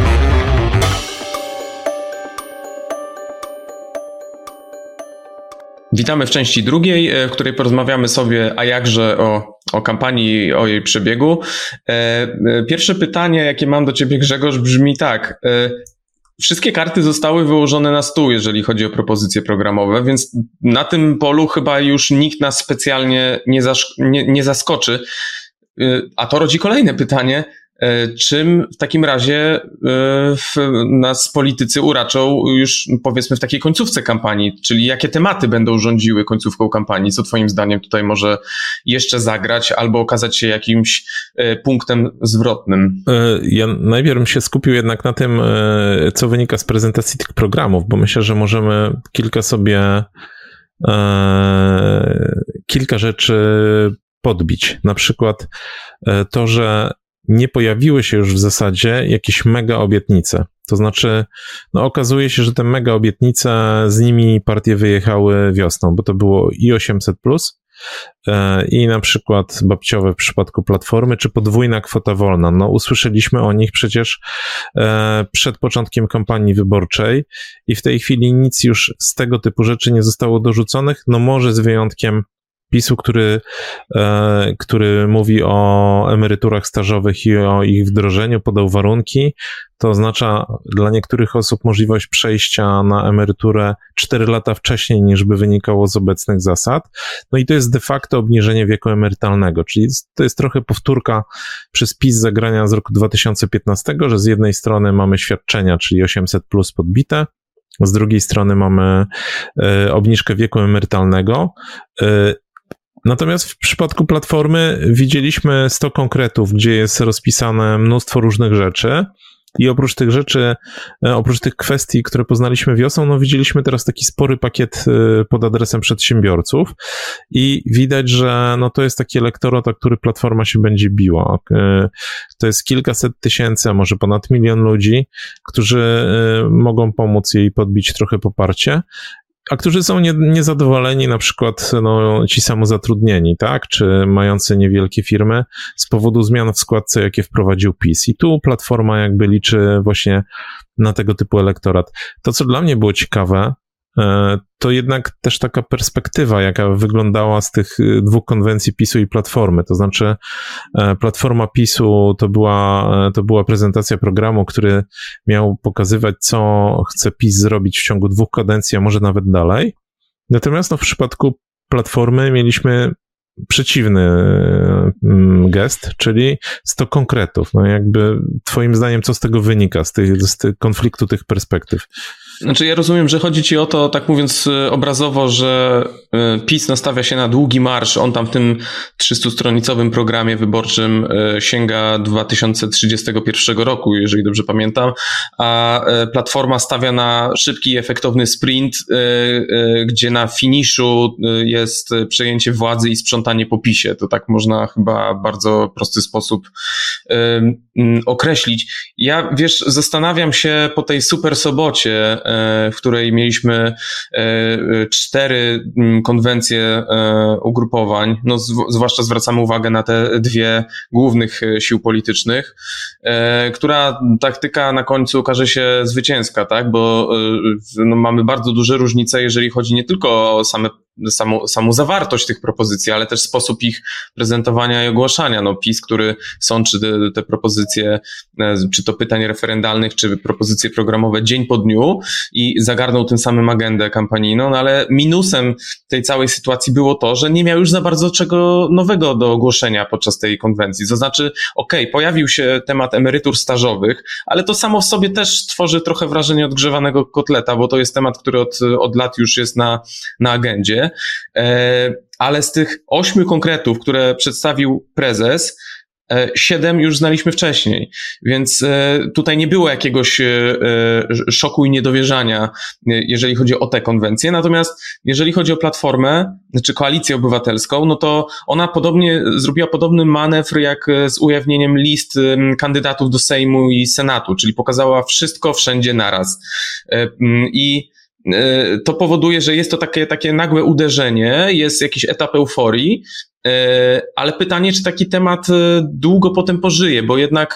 [SPEAKER 2] Witamy w części drugiej, w której porozmawiamy sobie, a jakże o, o kampanii i o jej przebiegu. Pierwsze pytanie, jakie mam do ciebie, Grzegorz, brzmi tak. Wszystkie karty zostały wyłożone na stół, jeżeli chodzi o propozycje programowe, więc na tym polu chyba już nikt nas specjalnie nie, zasz- nie, nie zaskoczy. A to rodzi kolejne pytanie. Czym w takim razie w nas politycy uraczą już, powiedzmy, w takiej końcówce kampanii, czyli jakie tematy będą rządziły końcówką kampanii? Co twoim zdaniem tutaj może jeszcze zagrać albo okazać się jakimś punktem zwrotnym?
[SPEAKER 1] Ja najpierw bym się skupił jednak na tym, co wynika z prezentacji tych programów, bo myślę, że możemy kilka sobie kilka rzeczy podbić. Na przykład to, że nie pojawiły się już w zasadzie jakieś mega obietnice. To znaczy, no okazuje się, że te mega obietnice, z nimi partie wyjechały wiosną, bo to było i osiemset plus, i na przykład babciowe w przypadku Platformy, czy podwójna kwota wolna. No usłyszeliśmy o nich przecież przed początkiem kampanii wyborczej i w tej chwili nic już z tego typu rzeczy nie zostało dorzuconych, no może z wyjątkiem PiSu, który, e, który mówi o emeryturach stażowych i o ich wdrożeniu, podał warunki. To oznacza dla niektórych osób możliwość przejścia na emeryturę cztery lata wcześniej, niż by wynikało z obecnych zasad. No i to jest de facto obniżenie wieku emerytalnego, czyli to jest trochę powtórka przez PiS zagrania z roku dwa tysiące piętnastego, że z jednej strony mamy świadczenia, czyli osiemset plus podbite, z drugiej strony mamy e, obniżkę wieku emerytalnego. E, Natomiast w przypadku Platformy widzieliśmy sto konkretów, gdzie jest rozpisane mnóstwo różnych rzeczy I oprócz tych rzeczy, oprócz tych kwestii, które poznaliśmy wiosną, no widzieliśmy teraz taki spory pakiet pod adresem przedsiębiorców i widać, że no to jest taki elektorat, o który Platforma się będzie biła. To jest kilkaset tysięcy, a może ponad milion ludzi, którzy mogą pomóc jej podbić trochę poparcie, a którzy są nie, niezadowoleni, na przykład no, ci samozatrudnieni, tak, czy mający niewielkie firmy z powodu zmian w składce, jakie wprowadził PiS. I tu Platforma jakby liczy właśnie na tego typu elektorat. To, co dla mnie było ciekawe, to jednak też taka perspektywa, jaka wyglądała z tych dwóch konwencji PiSu i Platformy. To znaczy Platforma PiSu to była, to była prezentacja programu, który miał pokazywać, co chce PiS zrobić w ciągu dwóch kadencji, a może nawet dalej. Natomiast no, w przypadku Platformy mieliśmy przeciwny gest, czyli sto konkretów. No jakby twoim zdaniem, co z tego wynika, z, tych, z tych konfliktu tych perspektyw?
[SPEAKER 2] Znaczy ja rozumiem, że chodzi ci o to, tak mówiąc obrazowo, że PiS nastawia się na długi marsz, on tam w tym trzystutronicowym programie wyborczym sięga dwa tysiące trzydziestego pierwszego roku, jeżeli dobrze pamiętam, a Platforma stawia na szybki i efektowny sprint, gdzie na finiszu jest przejęcie władzy i sprzątanie po PiSie. To tak można chyba w bardzo prosty sposób określić. Ja, wiesz, zastanawiam się po tej super sobocie, w której mieliśmy cztery konwencje ugrupowań, no zwłaszcza zwracamy uwagę na te dwie głównych sił politycznych, która taktyka na końcu okaże się zwycięska, tak, bo no, mamy bardzo duże różnice, jeżeli chodzi nie tylko o same Samą, samą zawartość tych propozycji, ale też sposób ich prezentowania i ogłaszania. No PiS, który sączy te, te propozycje, czy to pytań referendalnych, czy propozycje programowe dzień po dniu i zagarnął tym samym agendę kampanijną, no ale minusem tej całej sytuacji było to, że nie miał już za bardzo czego nowego do ogłoszenia podczas tej konwencji. To znaczy, okej, okay, pojawił się temat emerytur stażowych, ale to samo w sobie też tworzy trochę wrażenie odgrzewanego kotleta, bo to jest temat, który od, od lat już jest na, na agendzie. Ale z tych ośmiu konkretów, które przedstawił prezes, siedem już znaliśmy wcześniej, więc tutaj nie było jakiegoś szoku i niedowierzania, jeżeli chodzi o te konwencje. Natomiast jeżeli chodzi o Platformę, czy Koalicję Obywatelską, no to ona podobnie zrobiła podobny manewr jak z ujawnieniem list kandydatów do Sejmu i Senatu, czyli pokazała wszystko wszędzie naraz. I to powoduje, że jest to takie, takie nagłe uderzenie, jest jakiś etap euforii, ale pytanie, czy taki temat długo potem pożyje, bo jednak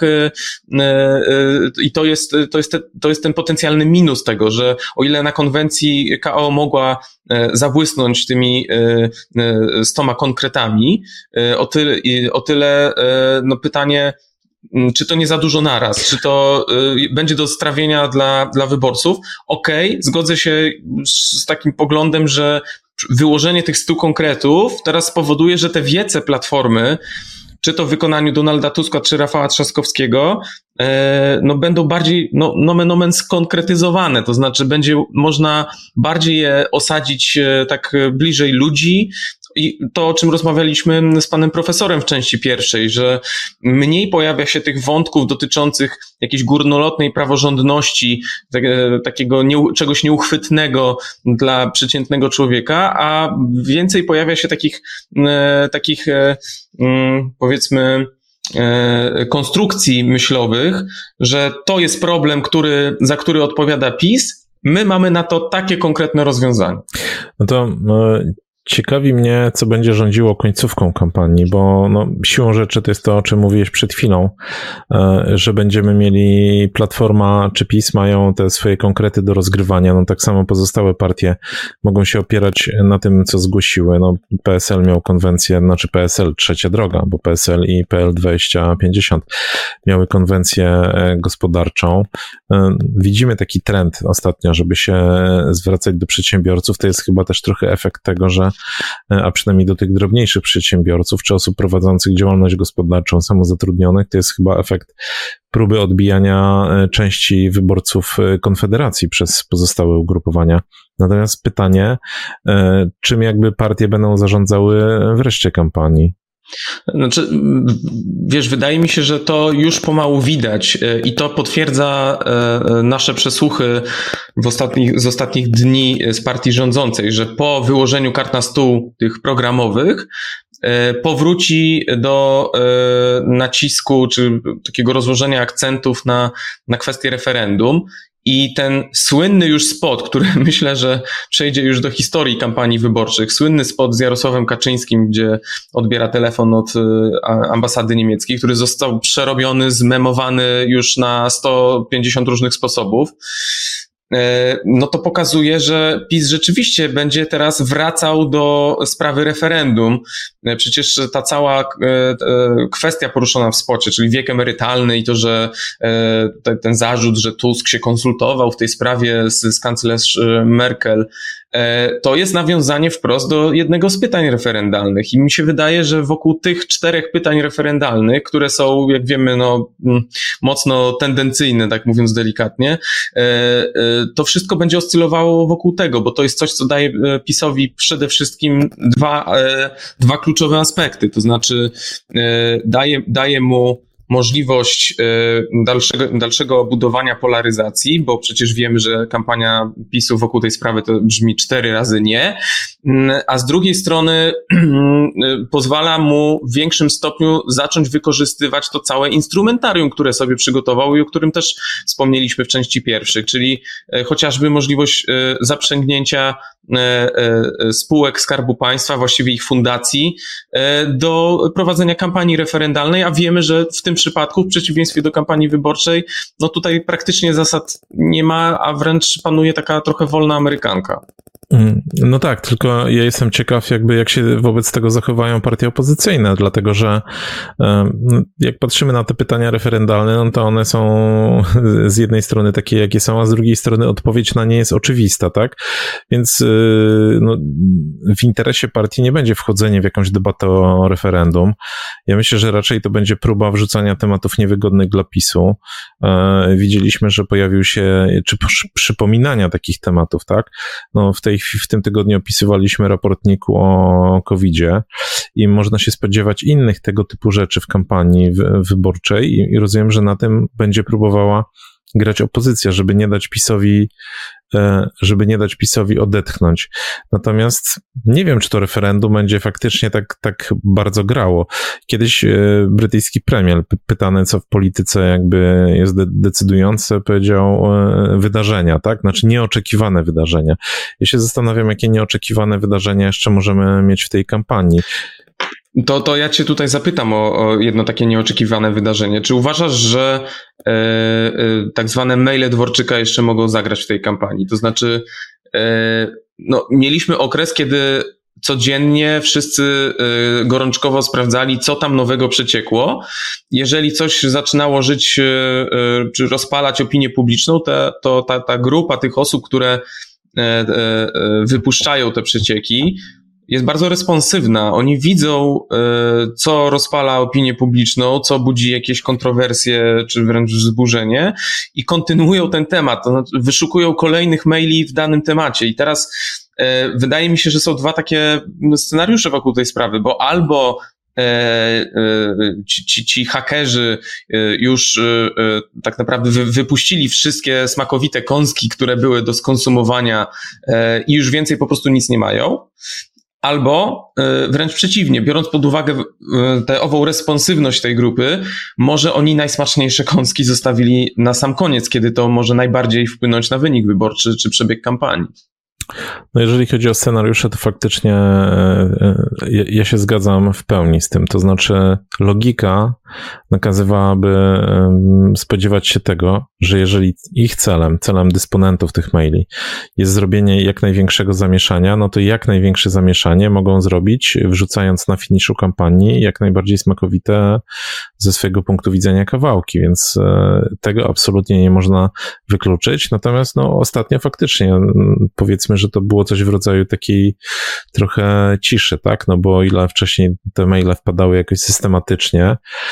[SPEAKER 2] i to jest, to jest, te, to jest ten potencjalny minus tego, że o ile na konwencji K O mogła zabłysnąć tymi stoma konkretami, o tyle, o tyle no pytanie, czy to nie za dużo naraz, czy to y, będzie do strawienia dla, dla wyborców. Okej, okay, zgodzę się z takim poglądem, że wyłożenie tych stu konkretów teraz spowoduje, że te wiece Platformy, czy to w wykonaniu Donalda Tuska, czy Rafała Trzaskowskiego, e, no będą bardziej, no nomen omen skonkretyzowane, to znaczy będzie można bardziej je osadzić e, tak bliżej ludzi. I to, o czym rozmawialiśmy z panem profesorem w części pierwszej, że mniej pojawia się tych wątków dotyczących jakiejś górnolotnej praworządności, tak, takiego nie, czegoś nieuchwytnego dla przeciętnego człowieka, a więcej pojawia się takich, e, takich e, m, powiedzmy e, konstrukcji myślowych, że to jest problem, który, za który odpowiada PiS, my mamy na to takie konkretne rozwiązanie.
[SPEAKER 1] No to... No... Ciekawi mnie, co będzie rządziło końcówką kampanii, bo no, siłą rzeczy to jest to, o czym mówiłeś przed chwilą, że będziemy mieli Platforma czy PiS mają te swoje konkrety do rozgrywania, no tak samo pozostałe partie mogą się opierać na tym, co zgłosiły. No P S L miał konwencję, znaczy P S L Trzecia Droga, bo P S L i P L dwadzieścia pięćdziesiąt miały konwencję gospodarczą. Widzimy taki trend ostatnio, żeby się zwracać do przedsiębiorców, to jest chyba też trochę efekt tego, że a przynajmniej do tych drobniejszych przedsiębiorców, czy osób prowadzących działalność gospodarczą, samozatrudnionych, to jest chyba efekt próby odbijania części wyborców Konfederacji przez pozostałe ugrupowania. Natomiast pytanie, czym jakby partie będą zarządzały w reszcie kampanii?
[SPEAKER 2] Znaczy, wiesz, wydaje mi się, że to już pomału widać i to potwierdza nasze przesłuchy w ostatnich, z ostatnich dni z partii rządzącej, że po wyłożeniu kart na stół tych programowych powróci do nacisku czy takiego rozłożenia akcentów na, na kwestię referendum. I ten słynny już spot, który myślę, że przejdzie już do historii kampanii wyborczych, słynny spot z Jarosławem Kaczyńskim, gdzie odbiera telefon od ambasady niemieckiej, który został przerobiony, zmemowany już na sto pięćdziesiąt różnych sposobów, no to pokazuje, że PiS rzeczywiście będzie teraz wracał do sprawy referendum. Przecież ta cała kwestia poruszona w spocie, czyli wiek emerytalny i to, że ten zarzut, że Tusk się konsultował w tej sprawie z, z kanclerz Merkel, to jest nawiązanie wprost do jednego z pytań referendalnych i mi się wydaje, że wokół tych czterech pytań referendalnych, które są, jak wiemy, no, mocno tendencyjne, tak mówiąc delikatnie, to wszystko będzie oscylowało wokół tego, bo to jest coś, co daje PiS-owi przede wszystkim dwa, dwa kluczowe aspekty, to znaczy daje, daje mu możliwość dalszego, dalszego budowania polaryzacji, bo przecież wiemy, że kampania PiS-u wokół tej sprawy to brzmi cztery razy nie, a z drugiej strony pozwala mu w większym stopniu zacząć wykorzystywać to całe instrumentarium, które sobie przygotował i o którym też wspomnieliśmy w części pierwszej, czyli chociażby możliwość zaprzęgnięcia spółek Skarbu Państwa, właściwie ich fundacji, do prowadzenia kampanii referendalnej, a wiemy, że w tym przypadku, w przeciwieństwie do kampanii wyborczej, no tutaj praktycznie zasad nie ma, a wręcz panuje taka trochę wolna amerykanka.
[SPEAKER 1] No tak, tylko ja jestem ciekaw jakby jak się wobec tego zachowają partie opozycyjne, dlatego że jak patrzymy na te pytania referendalne, no to one są z jednej strony takie jakie są, a z drugiej strony odpowiedź na nie jest oczywista, tak? Więc no, w interesie partii nie będzie wchodzenie w jakąś debatę o referendum. Ja myślę, że raczej to będzie próba wrzucania tematów niewygodnych dla PiS-u. Widzieliśmy, że pojawił się, czy przypominania takich tematów, tak? No w tej w tym tygodniu opisywaliśmy raport N I K-u o kowidzie i można się spodziewać innych tego typu rzeczy w kampanii wyborczej i, i rozumiem, że na tym będzie próbowała grać opozycja, żeby nie dać PiS-owi, żeby nie dać PiS-owi odetchnąć. Natomiast nie wiem, czy to referendum będzie faktycznie tak, tak bardzo grało. Kiedyś brytyjski premier, pytany, co w polityce jakby jest decydujące, powiedział wydarzenia, tak? Znaczy nieoczekiwane wydarzenia. Ja się zastanawiam, jakie nieoczekiwane wydarzenia jeszcze możemy mieć w tej kampanii.
[SPEAKER 2] To, to ja cię tutaj zapytam o, o jedno takie nieoczekiwane wydarzenie. Czy uważasz, że e, e, tak zwane maile Dworczyka jeszcze mogą zagrać w tej kampanii? To znaczy, e, no, mieliśmy okres, kiedy codziennie wszyscy e, gorączkowo sprawdzali, co tam nowego przeciekło. Jeżeli coś zaczynało żyć, e, czy rozpalać opinię publiczną, to, to ta, ta grupa tych osób, które e, e, wypuszczają te przecieki, jest bardzo responsywna. Oni widzą, co rozpala opinię publiczną, co budzi jakieś kontrowersje, czy wręcz wzburzenie i kontynuują ten temat, to znaczy wyszukują kolejnych maili w danym temacie. I teraz wydaje mi się, że są dwa takie scenariusze wokół tej sprawy, bo albo Ci, ci, ci hakerzy już tak naprawdę wy, wypuścili wszystkie smakowite kąski, które były do skonsumowania i już więcej po prostu nic nie mają. Albo wręcz przeciwnie, biorąc pod uwagę tę ową responsywność tej grupy, może oni najsmaczniejsze kąski zostawili na sam koniec, kiedy to może najbardziej wpłynąć na wynik wyborczy czy przebieg kampanii.
[SPEAKER 1] No jeżeli chodzi o scenariusze, to faktycznie ja, ja się zgadzam w pełni z tym. To znaczy logika nakazywałaby spodziewać się tego, że jeżeli ich celem, celem dysponentów tych maili jest zrobienie jak największego zamieszania, no to jak największe zamieszanie mogą zrobić, wrzucając na finiszu kampanii jak najbardziej smakowite ze swojego punktu widzenia kawałki, więc tego absolutnie nie można wykluczyć. Natomiast no ostatnio faktycznie powiedzmy, że to było coś w rodzaju takiej trochę ciszy, tak? No bo o ile wcześniej te maile wpadały jakoś systematycznie,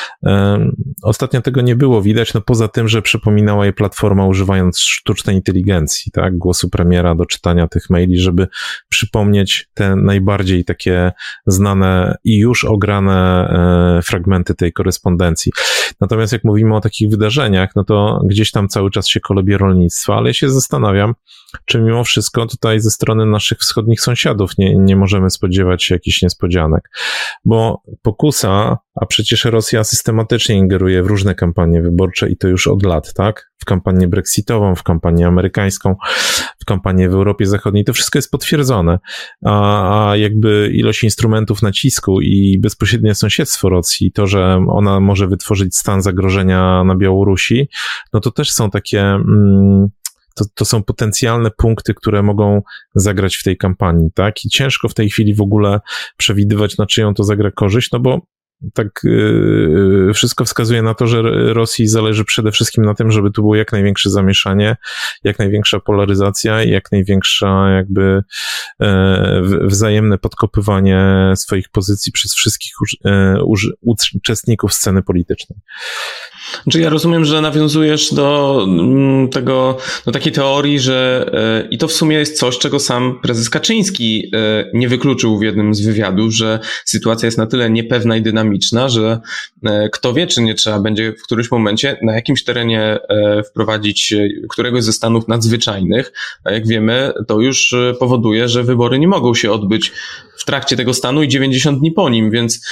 [SPEAKER 1] Ostatnio tego nie było widać, no poza tym, że przypominała jej platforma używając sztucznej inteligencji, tak, głosu premiera do czytania tych maili, żeby przypomnieć te najbardziej takie znane i już ograne fragmenty tej korespondencji. Natomiast jak mówimy o takich wydarzeniach, no to gdzieś tam cały czas się kolebie rolnictwa, ale ja się zastanawiam, czy mimo wszystko tutaj ze strony naszych wschodnich sąsiadów nie, nie możemy spodziewać się jakichś niespodzianek, bo pokusa, a przecież Rosja systematycznie ingeruje w różne kampanie wyborcze i to już od lat, tak? W kampanię brexitową, w kampanię amerykańską, w kampanię w Europie Zachodniej, to wszystko jest potwierdzone, a, a jakby ilość instrumentów nacisku i bezpośrednie sąsiedztwo Rosji, to, że ona może wytworzyć stan zagrożenia na Białorusi, no to też są takie... Mm, To, to są potencjalne punkty, które mogą zagrać w tej kampanii, tak? I ciężko w tej chwili w ogóle przewidywać, na czyją to zagra korzyść, no bo tak yy, wszystko wskazuje na to, że Rosji zależy przede wszystkim na tym, żeby tu było jak największe zamieszanie, jak największa polaryzacja i jak największa jakby yy, wzajemne podkopywanie swoich pozycji przez wszystkich yy, uczestników sceny politycznej.
[SPEAKER 2] Znaczy ja rozumiem, że nawiązujesz do tego, do takiej teorii, że i to w sumie jest coś, czego sam prezes Kaczyński nie wykluczył w jednym z wywiadów, że sytuacja jest na tyle niepewna i dynamiczna, że kto wie, czy nie trzeba będzie w którymś momencie na jakimś terenie wprowadzić któregoś ze stanów nadzwyczajnych, a jak wiemy, to już powoduje, że wybory nie mogą się odbyć w trakcie tego stanu i dziewięćdziesiąt dni po nim, więc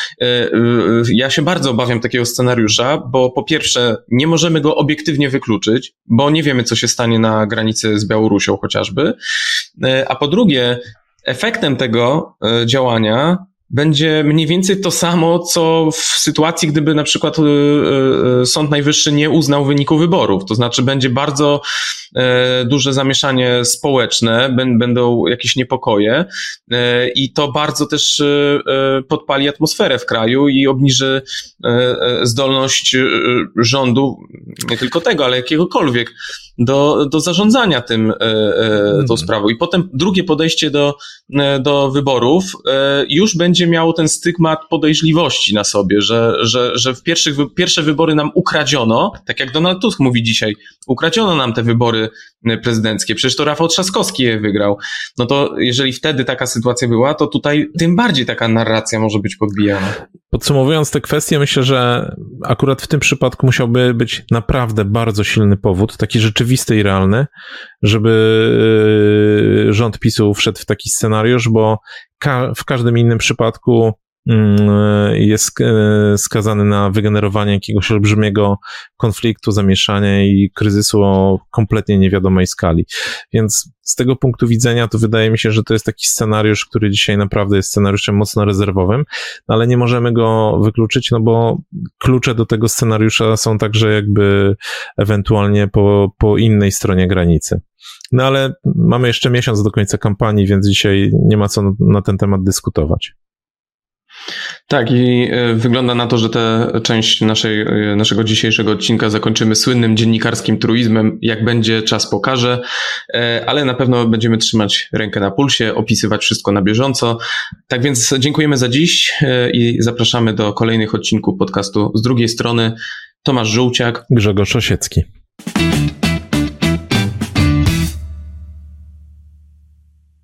[SPEAKER 2] ja się bardzo obawiam takiego scenariusza, bo po pierwsze nie możemy go obiektywnie wykluczyć, bo nie wiemy, co się stanie na granicy z Białorusią chociażby, a po drugie efektem tego działania będzie mniej więcej to samo, co w sytuacji, gdyby na przykład Sąd Najwyższy nie uznał wyniku wyborów. To znaczy będzie bardzo duże zamieszanie społeczne, będą jakieś niepokoje i to bardzo też podpali atmosferę w kraju i obniży zdolność rządu, nie tylko tego, ale jakiegokolwiek, do, do zarządzania tym, tą sprawą. I potem drugie podejście do, do wyborów już będzie miało ten stygmat podejrzliwości na sobie, że, że, że w pierwszych, pierwsze wybory nam ukradziono, tak jak Donald Tusk mówi dzisiaj, ukradziono nam te wybory prezydenckie, przecież to Rafał Trzaskowski je wygrał. No to jeżeli wtedy taka sytuacja była, to tutaj tym bardziej taka narracja może być podbijana.
[SPEAKER 1] Podsumowując tę kwestię, myślę, że akurat w tym przypadku musiałby być naprawdę bardzo silny powód, taki rzeczywisty i realny, żeby rząd PiS-u wszedł w taki scenariusz, bo ka- w każdym innym przypadku jest skazany na wygenerowanie jakiegoś olbrzymiego konfliktu, zamieszania i kryzysu o kompletnie niewiadomej skali. Więc z tego punktu widzenia to wydaje mi się, że to jest taki scenariusz, który dzisiaj naprawdę jest scenariuszem mocno rezerwowym, ale nie możemy go wykluczyć, no bo klucze do tego scenariusza są także jakby ewentualnie po, po innej stronie granicy. No ale mamy jeszcze miesiąc do końca kampanii, więc dzisiaj nie ma co na ten temat dyskutować.
[SPEAKER 2] Tak, i wygląda na to, że tę część naszej, naszego dzisiejszego odcinka zakończymy słynnym dziennikarskim truizmem, jak będzie, czas pokaże, ale na pewno będziemy trzymać rękę na pulsie, opisywać wszystko na bieżąco. Tak więc dziękujemy za dziś i zapraszamy do kolejnych odcinków podcastu Z drugiej strony. Tomasz Żółciak,
[SPEAKER 1] Grzegorz Osiecki.